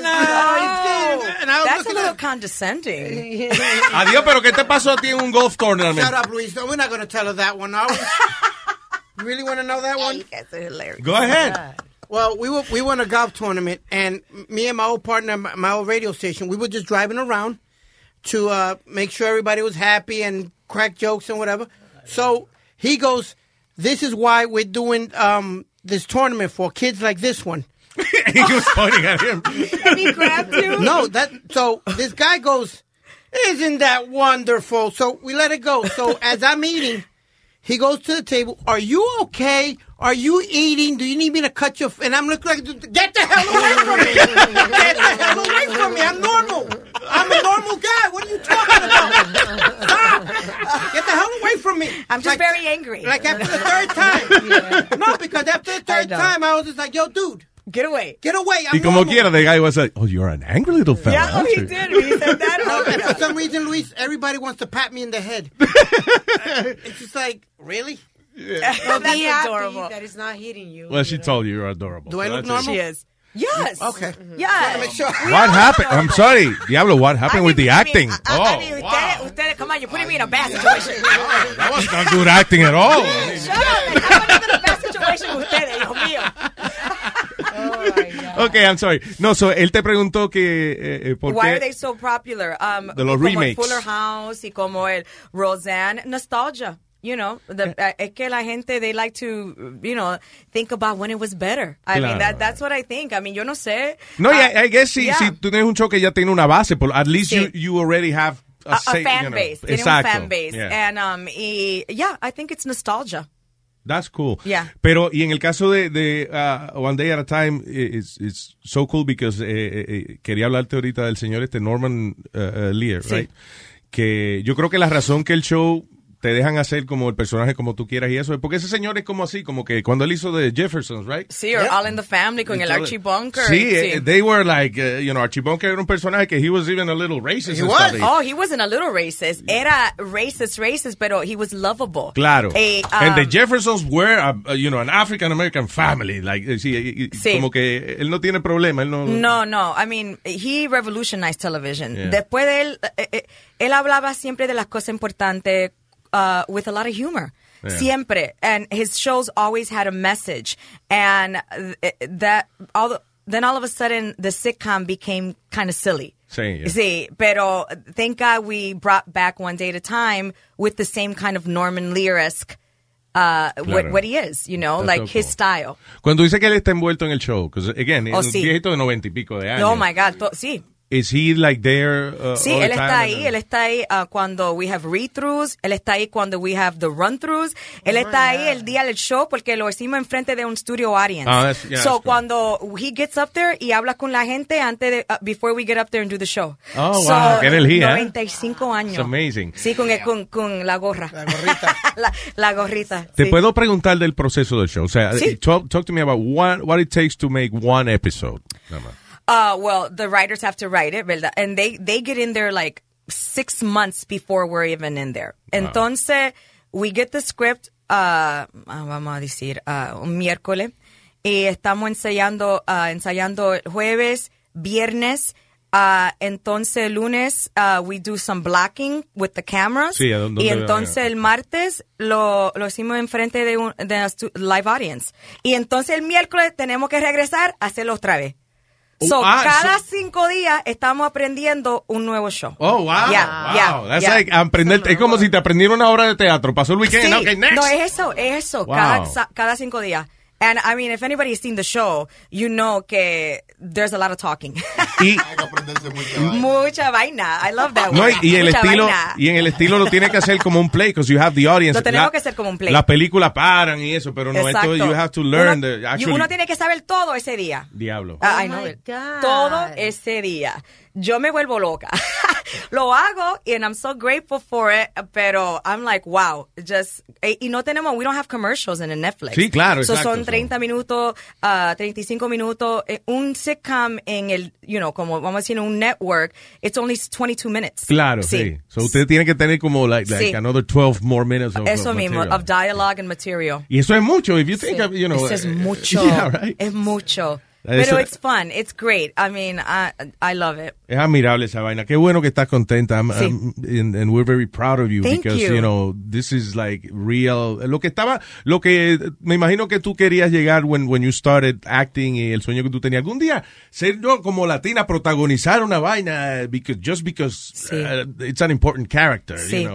cabeza. That's a little condescending. Adiós, pero ¿qué te pasó a ti en un golf tournament? Shut up, Luis. No, we're not going to tell her that one, are we? You really want to know that one? You guys are hilarious. Go ahead. Well, we won a golf tournament, and me and my old partner, my old radio station, we were just driving around to make sure everybody was happy and crack jokes and whatever. So he goes, this is why we're doing this tournament for kids like this one. He was pointing at him. And he grabbed you? No, so this guy goes, isn't that wonderful? So we let it go. So as I'm eating, he goes to the table. Are you okay? Are you eating? Do you need me to cut your... And I'm looking like, get the hell away from me. Get the hell away from me. I'm normal. I'm a normal guy. What are you talking about? Stop. Get the hell away from me. I'm just very angry. Like after the 3rd time. Yeah. No, because after the 3rd time, I was just like, yo, dude. Get away. Get away. I'm Y como normal. quiera, the guy was like, oh, you're an angry little fella. Yeah, aren't he you? did. He said that. No, and for some reason, Luis, everybody wants to pat me in the head. It's just like, really? Yeah. Well, That's be happy adorable. that it's not hitting you. Well, she told you you're adorable. Do I So look that's it. normal? She is. Yes. Okay. Yes. Make sure. What happened? I'm sorry. Diablo, what happened with the acting? I mean, ustedes, come on, you're putting me in a bad situation. That was not good acting at all. Shut up. I'm putting in a bad situation with ustedes, Dios mío. Okay, I'm sorry. No, so él te preguntó que por Why qué are they so popular? de los como remakes. el Fuller House y como el Roseanne. Nostalgia. You know, es que la gente, they like to, think about when it was better. I mean, Claro. that's what I think. I mean, yo no sé. No, I guess si tú tienes un show que ya tiene una base, at least Sí. you already have a fan base. Tiene un fan base. Yeah. And yeah, I think it's nostalgia. That's cool. Yeah. Pero, y en el caso de One Day at a Time, it's so cool because quería hablarte ahorita del señor Norman Lear, Sí. right? Que yo creo que la razón que el show te dejan hacer como el personaje como tú quieras y eso es porque ese señor es como así, como que cuando él hizo de Jeffersons, right? Sí, or All in the Family con el Archie Bunker. Sí, they were like, Archie Bunker era un personaje que he was even a little racist. Oh, he wasn't a little racist. Era racist, pero he was lovable. Claro. And the Jeffersons were, an African-American family. Like, sí. Como que él no tiene problema. Él no. No. I mean, he revolutionized television. Yeah. Después de él hablaba siempre de las cosas importantes with a lot of humor. Yeah. Siempre. And his shows always had a message. And then all of a sudden, the sitcom became kind of silly. Sí, yeah. Sí, pero thank God we brought back One Day at a Time with the same kind of Norman Lear-esque what he is, That's like so his cool. style. Cuando dice que él está envuelto en el show, because again, es un sí. viejito de 90 y pico de años. Oh my God, sí. Is he like there? Sí, all the él está time? ahí, cuando we have read-throughs, él está ahí cuando we have the run-throughs, él está ahí el día del show porque lo hicimos enfrente de un studio audience. That's cool. Cuando he gets up there y habla con la gente antes de, before we get up there and do the show. Oh, wow, qué energía. 95 años. It's amazing. Sí, con la gorra. La gorrita. la gorrita. Te sí. puedo preguntar del proceso del show. O sea, Sí. talk to me about what it takes to make one episode. Nada más. Well, the writers have to write it, ¿verdad? And they get in there like 6 months before we're even in there. Wow. Entonces, we get the script, vamos a decir, un miércoles, y estamos ensayando el jueves, viernes, entonces lunes, we do some blocking with the cameras. Sí, ¿a dónde y van? entonces el martes lo hicimos enfrente de live audience. Y entonces el miércoles tenemos que regresar a hacerlo otra vez. Cada 5 días estamos aprendiendo un nuevo show. Oh, wow. Yeah. That's like aprender, es como si te aprendieron una obra de teatro. Pasó el weekend. Sí. Okay, next. No, es eso. Wow. Cada 5 días. And I mean, if anybody's seen the show, you know que there's a lot of talking. Y mucha vaina. I love that no, word. y el Mucha estilo vaina. y en el estilo lo tiene que hacer como un play because you have the audience. Lo tenemos que hacer como un play. La película paran y eso, pero no Exacto. esto you have to learn the actually. Uno tiene que saber todo ese día. Diablo. I know it. Todo ese día. Yo me vuelvo loca. Lo hago and I'm so grateful for it, pero I'm like, wow, y no tenemos, we don't have commercials in Netflix. Sí, claro, so exacto. Son 30 minutos, 35 minutos. Un sitcom en el, como vamos a decir, un network, it's only 22 minutes. Claro, sí. So usted tiene que tener como like Sí. another 12 more minutes of Eso mismo, material. of dialogue and material. Y eso es mucho, if you think Sí. of, Eso es mucho. Yeah, right. Es mucho. Eso- Pero it's fun. It's great. I mean, I love it. Es admirable esa vaina. Qué bueno que estás contenta. Sí. And we're very proud of you Thank because, you. this is like real. Lo que me imagino que tú querías llegar when you started acting y el sueño que tú tenías. Algún día ser como latina, protagonizar una vaina just because Sí. it's an important character, Sí.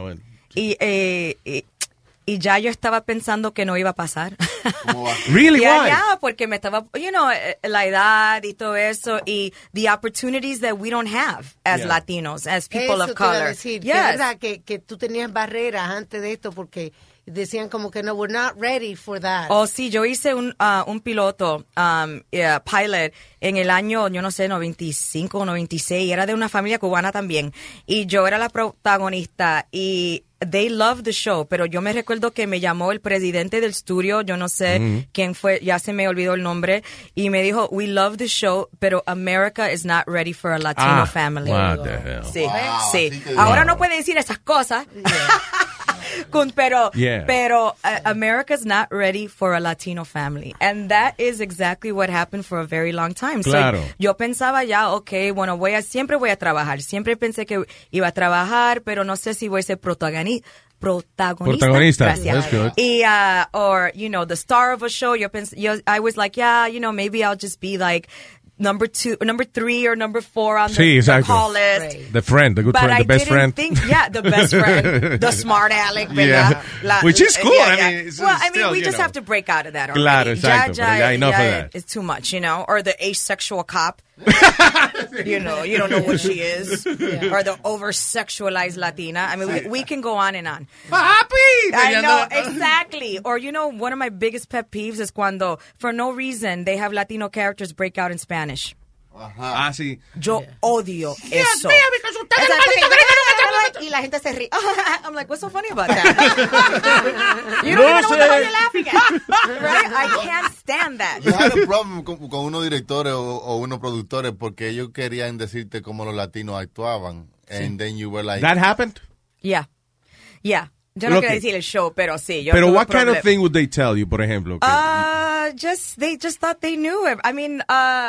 Y ya yo estaba pensando que no iba a pasar. Really? Ya, Why? ya, porque me estaba, la edad y todo eso, y the opportunities that we don't have as Yeah. Latinos, as people Eso of te iba a color. decir, Yes. que es verdad que tú tenías barreras antes de esto porque decían como que no, we're not ready for that. Oh, sí, yo hice un piloto, pilot, en el año, yo no sé, 95 o 96, era de una familia cubana también, y yo era la protagonista, y they loved the show, pero yo me recuerdo que me llamó el presidente del estudio, yo no sé quién fue, ya se me olvidó el nombre, y me dijo, we love the show, pero America is not ready for a Latino family. What the hell? Sí, Wow, sí. así que- Ahora Wow. no puede decir esas cosas. Pero Yeah. America's not ready for a Latino family. And that is exactly what happened for a very long time. Claro. So, yo pensaba ya, okay, bueno, siempre voy a trabajar. Siempre pensé que iba a trabajar, pero no sé si voy a ser protagonista. Protagonista. Gracias. That's good. Y, or, the star of a show. I was like, yeah, maybe I'll just be like number 3 or number 4 on Sí, the exacto. call list. The friend, the good But friend, the I best didn't friend. think, the best friend, the smart aleck, ¿verdad? Yeah. Which is cool. I mean, it's still, we you just know. have to break out of that already. Claro, exacto, pero ya enough of that. It's too much, or the asexual cop. You know, you don't know what she is. Or the over-sexualized Latina. I mean, we can go on and on. Papi! I know, exactly. Or, you know, one of my biggest pet peeves is cuando, for no reason, they have Latino characters break out in Spanish. Ah, sí. Yo odio eso. Y la gente se ríe. I'm like, what's so funny about that? You don't even know what the hell you're laughing at. Right? I can't stand that. You had a problem con unos directores o unos productores porque ellos querían decirte cómo los latinos actuaban. And then you were like... That happened? Yeah. Yeah. Yo no quiero decir el show, pero sí. Yo pero what kind of thing would they tell you, por ejemplo? They just thought they knew it. I mean,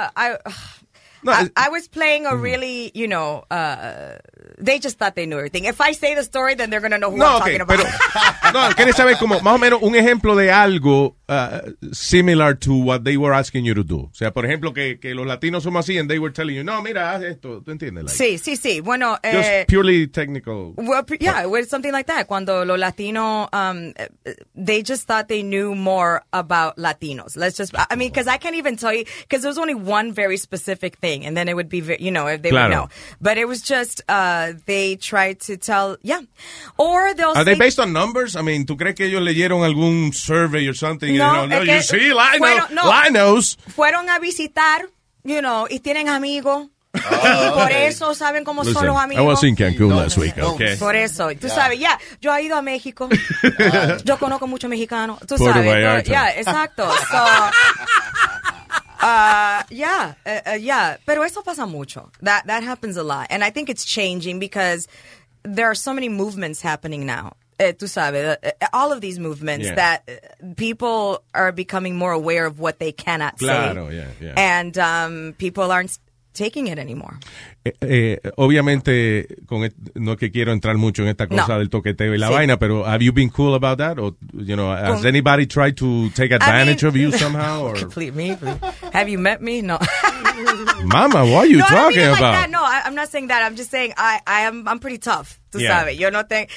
I was playing a really, you know, they just thought they knew everything. If I say the story, then they're going to know who I'm talking about. Pero, no, quieres saber como más o menos un ejemplo de algo similar to what they were asking you to do. O sea, por ejemplo, que los latinos somos así and they were telling you, no, mira, haz esto. ¿Tú entiendes? Like, sí. Bueno, just purely technical. Well, yeah, it was something like that. Cuando los latinos, they just thought they knew more about Latinos. I mean, because I can't even tell you, because there was only one very specific thing. And then it would be, you know, if they would know. But it was just, they tried to tell, Or they'll Are they based on numbers? I mean, ¿tú crees que ellos leyeron algún survey or something? No, you see, Linos. Fueron a visitar, you know, y tienen amigos. Y por eso saben cómo son los amigos. I was in Cancun last week, okay? Por eso, tú sabes, yo he ido a México. Yo conozco muchos mexicanos. Tú Puerto sabes. Vallarta. Exacto. Pero eso pasa mucho. That happens a lot. And I think it's changing because there are so many movements happening now. Tú sabes, all of these movements that people are becoming more aware of what they cannot say. And people aren't taking it anymore. Obviamente, no es que quiero entrar mucho en esta cosa del toqueteo y la vaina, pero have you been cool about that? Or, you know, has anybody tried to take advantage of you somehow? Or? Please. Have you met me? No. Mama, what are you talking about? Like that. No, I'm not saying that. I'm just saying I'm pretty tough. Tú sabes. Yo no tengo...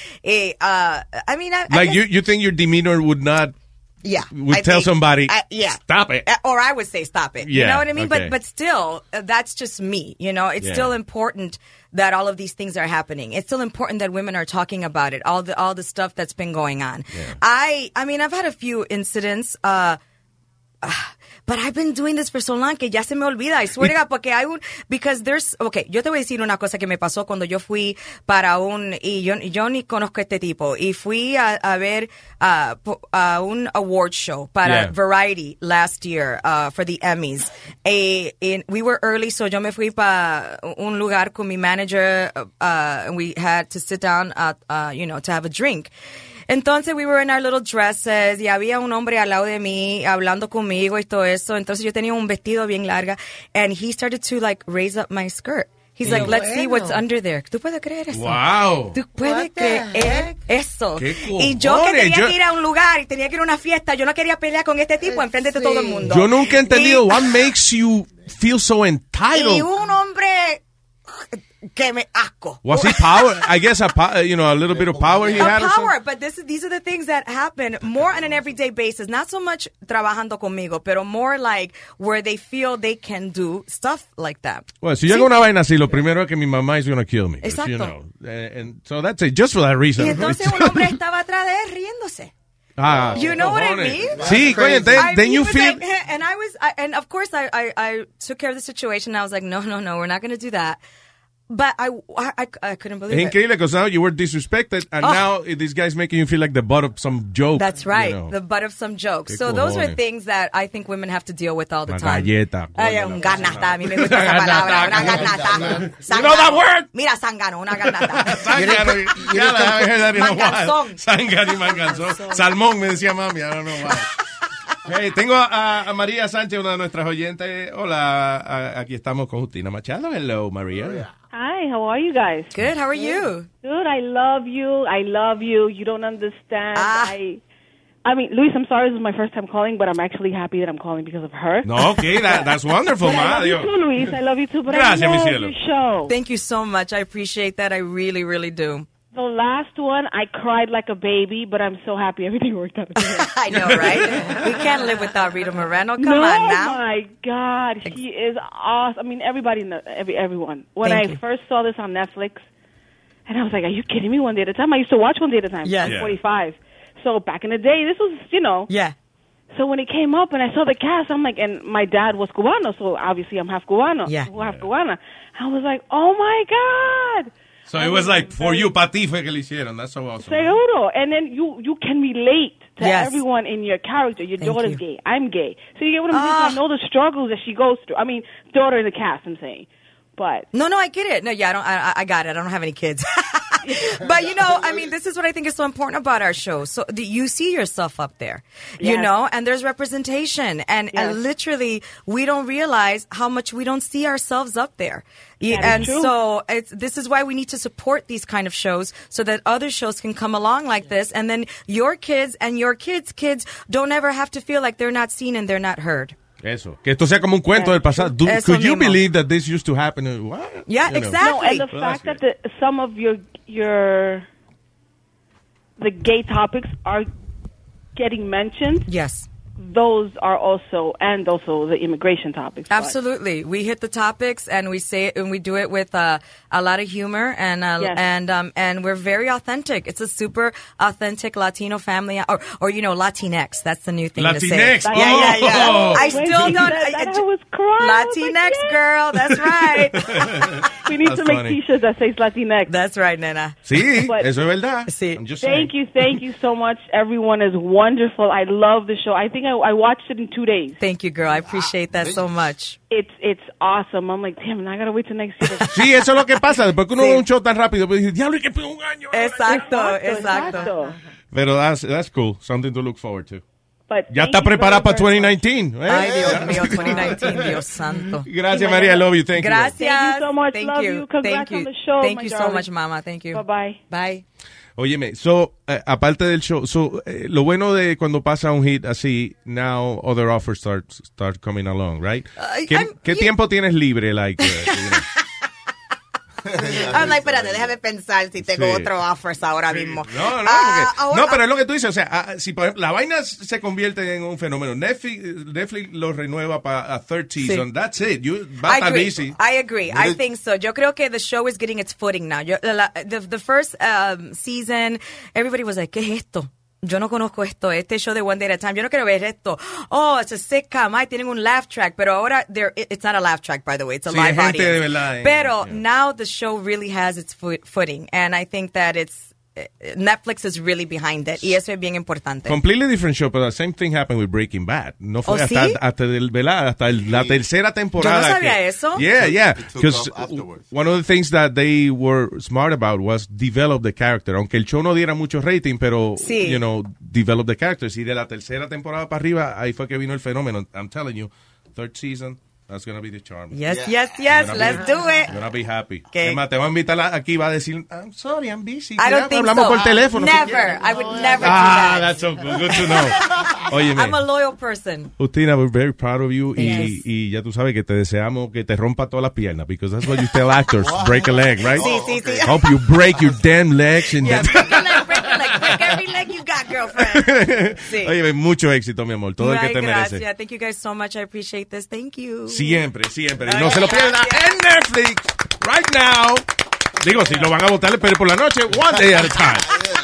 I mean, I guess, you think your demeanor would not... would tell somebody, stop it. Or I would say, stop it. You know what I mean? Okay. But still, that's just me. You know, it's still important that all of these things are happening. It's still important that women are talking about it, all the stuff that's been going on. Yeah. I mean, I've had a few incidents, but I've been doing this for so long que ya se me olvida. I swear to God, porque because there's, okay, yo te voy a decir una cosa que me pasó cuando yo fui para y yo ni conozco a este tipo, y fui a ver a un award show para Variety last year, for the Emmys. We were early, so yo me fui para un lugar con mi manager, and we had to sit down, you know, to have a drink. Entonces, we were in our little dresses y había un hombre al lado de mí hablando conmigo y todo eso. Entonces, yo tenía un vestido bien larga and he started to, like, raise up my skirt. He's like, let's see what's under there. ¿Tú puedes creer eso? Wow. ¿Tú puedes creer eso? ¿Qué y yo que tenía que ir a un lugar y tenía que ir a una fiesta, yo no quería pelear con este tipo enfrente de todo el mundo. Yo nunca he entendido what makes you feel so entitled. Y un hombre... que me asco. Was he power? I guess a little bit of power he had. Power, but these are the things that happen more on an everyday basis. Not so much trabajando conmigo, pero more like where they feel they can do stuff like that. Well, si yo hago una vaina así, lo primero es que mi mamá is going to kill me. Exacto. You know, and so that's it, just for that reason. Y entonces un hombre estaba atrás de él riéndose. You know what I mean? Sí, coño, then you feel... Like, and of course I took care of the situation. I was like, no, we're not going to do that. But I couldn't believe it. Es increíble because now you were disrespected and now this guy's making you feel like the butt of some joke. That's right, you know. the butt of some joke. So those are things that I think women have to deal with all the time. Galleta. Un garnata, a mí me gusta esa palabra, una garnata. You know that word? Mira, zángano, una garnata. Manganzón. Zángano y manganzón. Salmón me decía mami, I don't know why. Hey, tengo a María Sánchez, una de nuestras oyentes. Hola, aquí estamos con Justina Machado. Hello, María. Hi, how are you guys? Good, how are you? Good, I love you. You don't understand. I mean, Luis, I'm sorry, this is my first time calling, but I'm actually happy that I'm calling because of her. No, okay, that's wonderful, Ma. I love you too, Luis. I love you too, but Gracias, I love mi cielo. your show. Thank you so much. I appreciate that. I really, really do. The last one, I cried like a baby, but I'm so happy everything worked out. I know, right? We can't live without Rita Moreno. Come on now. Oh my God, she is awesome. I mean, everybody, everyone. When I first saw this on Netflix, and I was like, "Are you kidding me?" One Day at a Time. I used to watch One Day at a Time. Yes. Yeah. 45. So back in the day, this was, Yeah. So when it came up and I saw the cast, I'm like, and my dad was Cubano, so obviously I'm half Cubano. Yeah. Half Cubana. I was like, oh my God. So it was like, for you, pa ti fue que le hicieron. That's so awesome. Seguro. And then you can relate to Yes. everyone in your character. Your Thank daughter's you. gay. I'm gay. So you get what I'm saying? So I know the struggles that she goes through. I mean, daughter in the cast, I'm saying. But No, I get it. No, yeah, I got it. I don't have any kids. But, I mean, this is what I think is so important about our show. So you see yourself up there, Yes. and there's representation. And literally, we don't realize how much we don't see ourselves up there. That is true. So this is why we need to support these kind of shows so that other shows can come along like this. And then your kids and your kids' kids don't ever have to feel like they're not seen and they're not heard. Eso. Que esto sea como un cuento del pasado. Eso Could you mismo. believe that this used to happen? What? Yeah, exactly. No, and the Well, fact that's that some of the gay topics are getting mentioned. Yes. Those are also the immigration topics. But- Absolutely. We hit the topics and we say it, and we do it with a lot of humor and and we're very authentic. It's a super authentic Latino family or Latinx. That's the new thing to say. Latinx. Yeah. Oh. I still don't. I was crying. Latinx girl. That's right. We need That's to make funny. T-shirts that says Latinx. That's right, nena. Sí, But- eso es verdad. Sí. I'm just saying. Thank you so much. Everyone is wonderful. I love the show. I think I watched it in 2 days. Thank you, girl. I appreciate that so much. It's awesome. I'm like, damn, I gotta wait till next year. Sí, eso es lo que pasa. Después que uno ve un show tan rápido, pues dice, diablo, ¿y qué fue un año? Exacto. Pero that's cool. Something to look forward to. But Ya thank está you preparada very, para very much. 2019. ¿eh? Ay, Dios mío, 2019, Dios santo. Gracias, María. I love you. Thank Gracias. Thank you so much. Thank Love you. you. Congrats Thank you. on the show, Thank my you so darling. much, Mama. Thank you. Bye-bye. Bye. you. Óyeme, aparte del show, lo bueno de cuando pasa un hit así, now other offers start coming along, right? ¿Qué tiempo tienes libre, like? I'm like, espérate, déjame pensar si tengo otro offers ahora mismo. No, pero es lo que tú dices, o sea, si por ejemplo, la vaina se convierte en un fenómeno, Netflix lo renueva para a third season, that's it, va a estar busy. I agree. I think so. Yo creo que the show is getting its footing now. The first season, everybody was like, ¿qué es esto? Yo no conozco este show de One Day at a Time. Yo no quiero ver esto. Oh, it's a sitcom. Ay, tienen un laugh track. Pero ahora, it's not a laugh track, by the way. It's a live gente de audience. verdad, Pero now the show really has its footing. And I think that Netflix is really behind it. Y eso es bien importante. Completely different show, but the same thing happened with Breaking Bad. No fue hasta la tercera temporada. Yo no sabía eso. Yeah. It took Because off afterwards. one of the things that they were smart about was develop the character. Aunque el show no diera mucho rating, pero, Sí. develop the characters. Y de la tercera temporada para arriba, ahí fue que vino el fenómeno. I'm telling you, third season, that's going to be the charm. Yes. Let's do it. You're going to be happy. ¿Qué? Es más, te voy a invitar aquí, va a decir, I'm sorry, I'm busy. I don't think Hablamos so. por teléfono. Never. I would never do that. That's so good to know. Óyeme. I'm a loyal person. Justina, we're very proud of you. Yes. Y ya tú sabes que te deseamos que te rompa todas las piernas. Because that's what you tell actors. Break a leg, right? Sí. Hope you break your damn legs. And Yeah, break a leg. Break every leg you got, girlfriend. Sí. Oye, mucho éxito, mi amor. Todo el que te merece. Gracias. Thank you guys so much. I appreciate this. Thank you. Siempre. Y no se lo pierdan en Netflix. Right now. Digo, si lo van a votar, pero por la noche, One Day at a Time.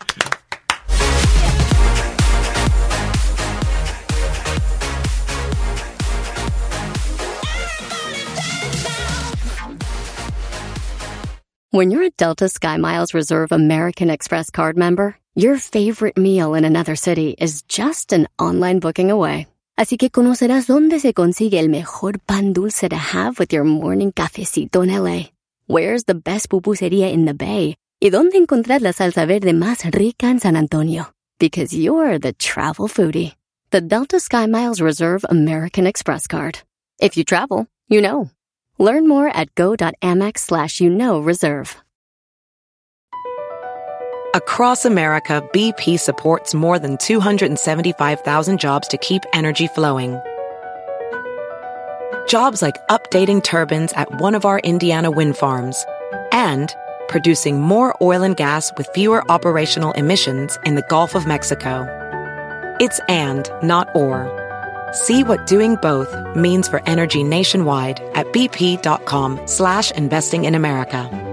When you're a Delta SkyMiles Reserve American Express card member, your favorite meal in another city is just an online booking away. Así que conocerás dónde se consigue el mejor pan dulce to have with your morning cafecito en LA. Where's the best pupusería in the Bay? Y dónde encontrar la salsa verde más rica en San Antonio. Because you're the travel foodie. The Delta SkyMiles Reserve American Express card. If you travel, you know. Learn more at go.amex/reserve. Across America, BP supports more than 275,000 jobs to keep energy flowing. Jobs like updating turbines at one of our Indiana wind farms and producing more oil and gas with fewer operational emissions in the Gulf of Mexico. It's and, not or. See what doing both means for energy nationwide at bp.com/investing in America.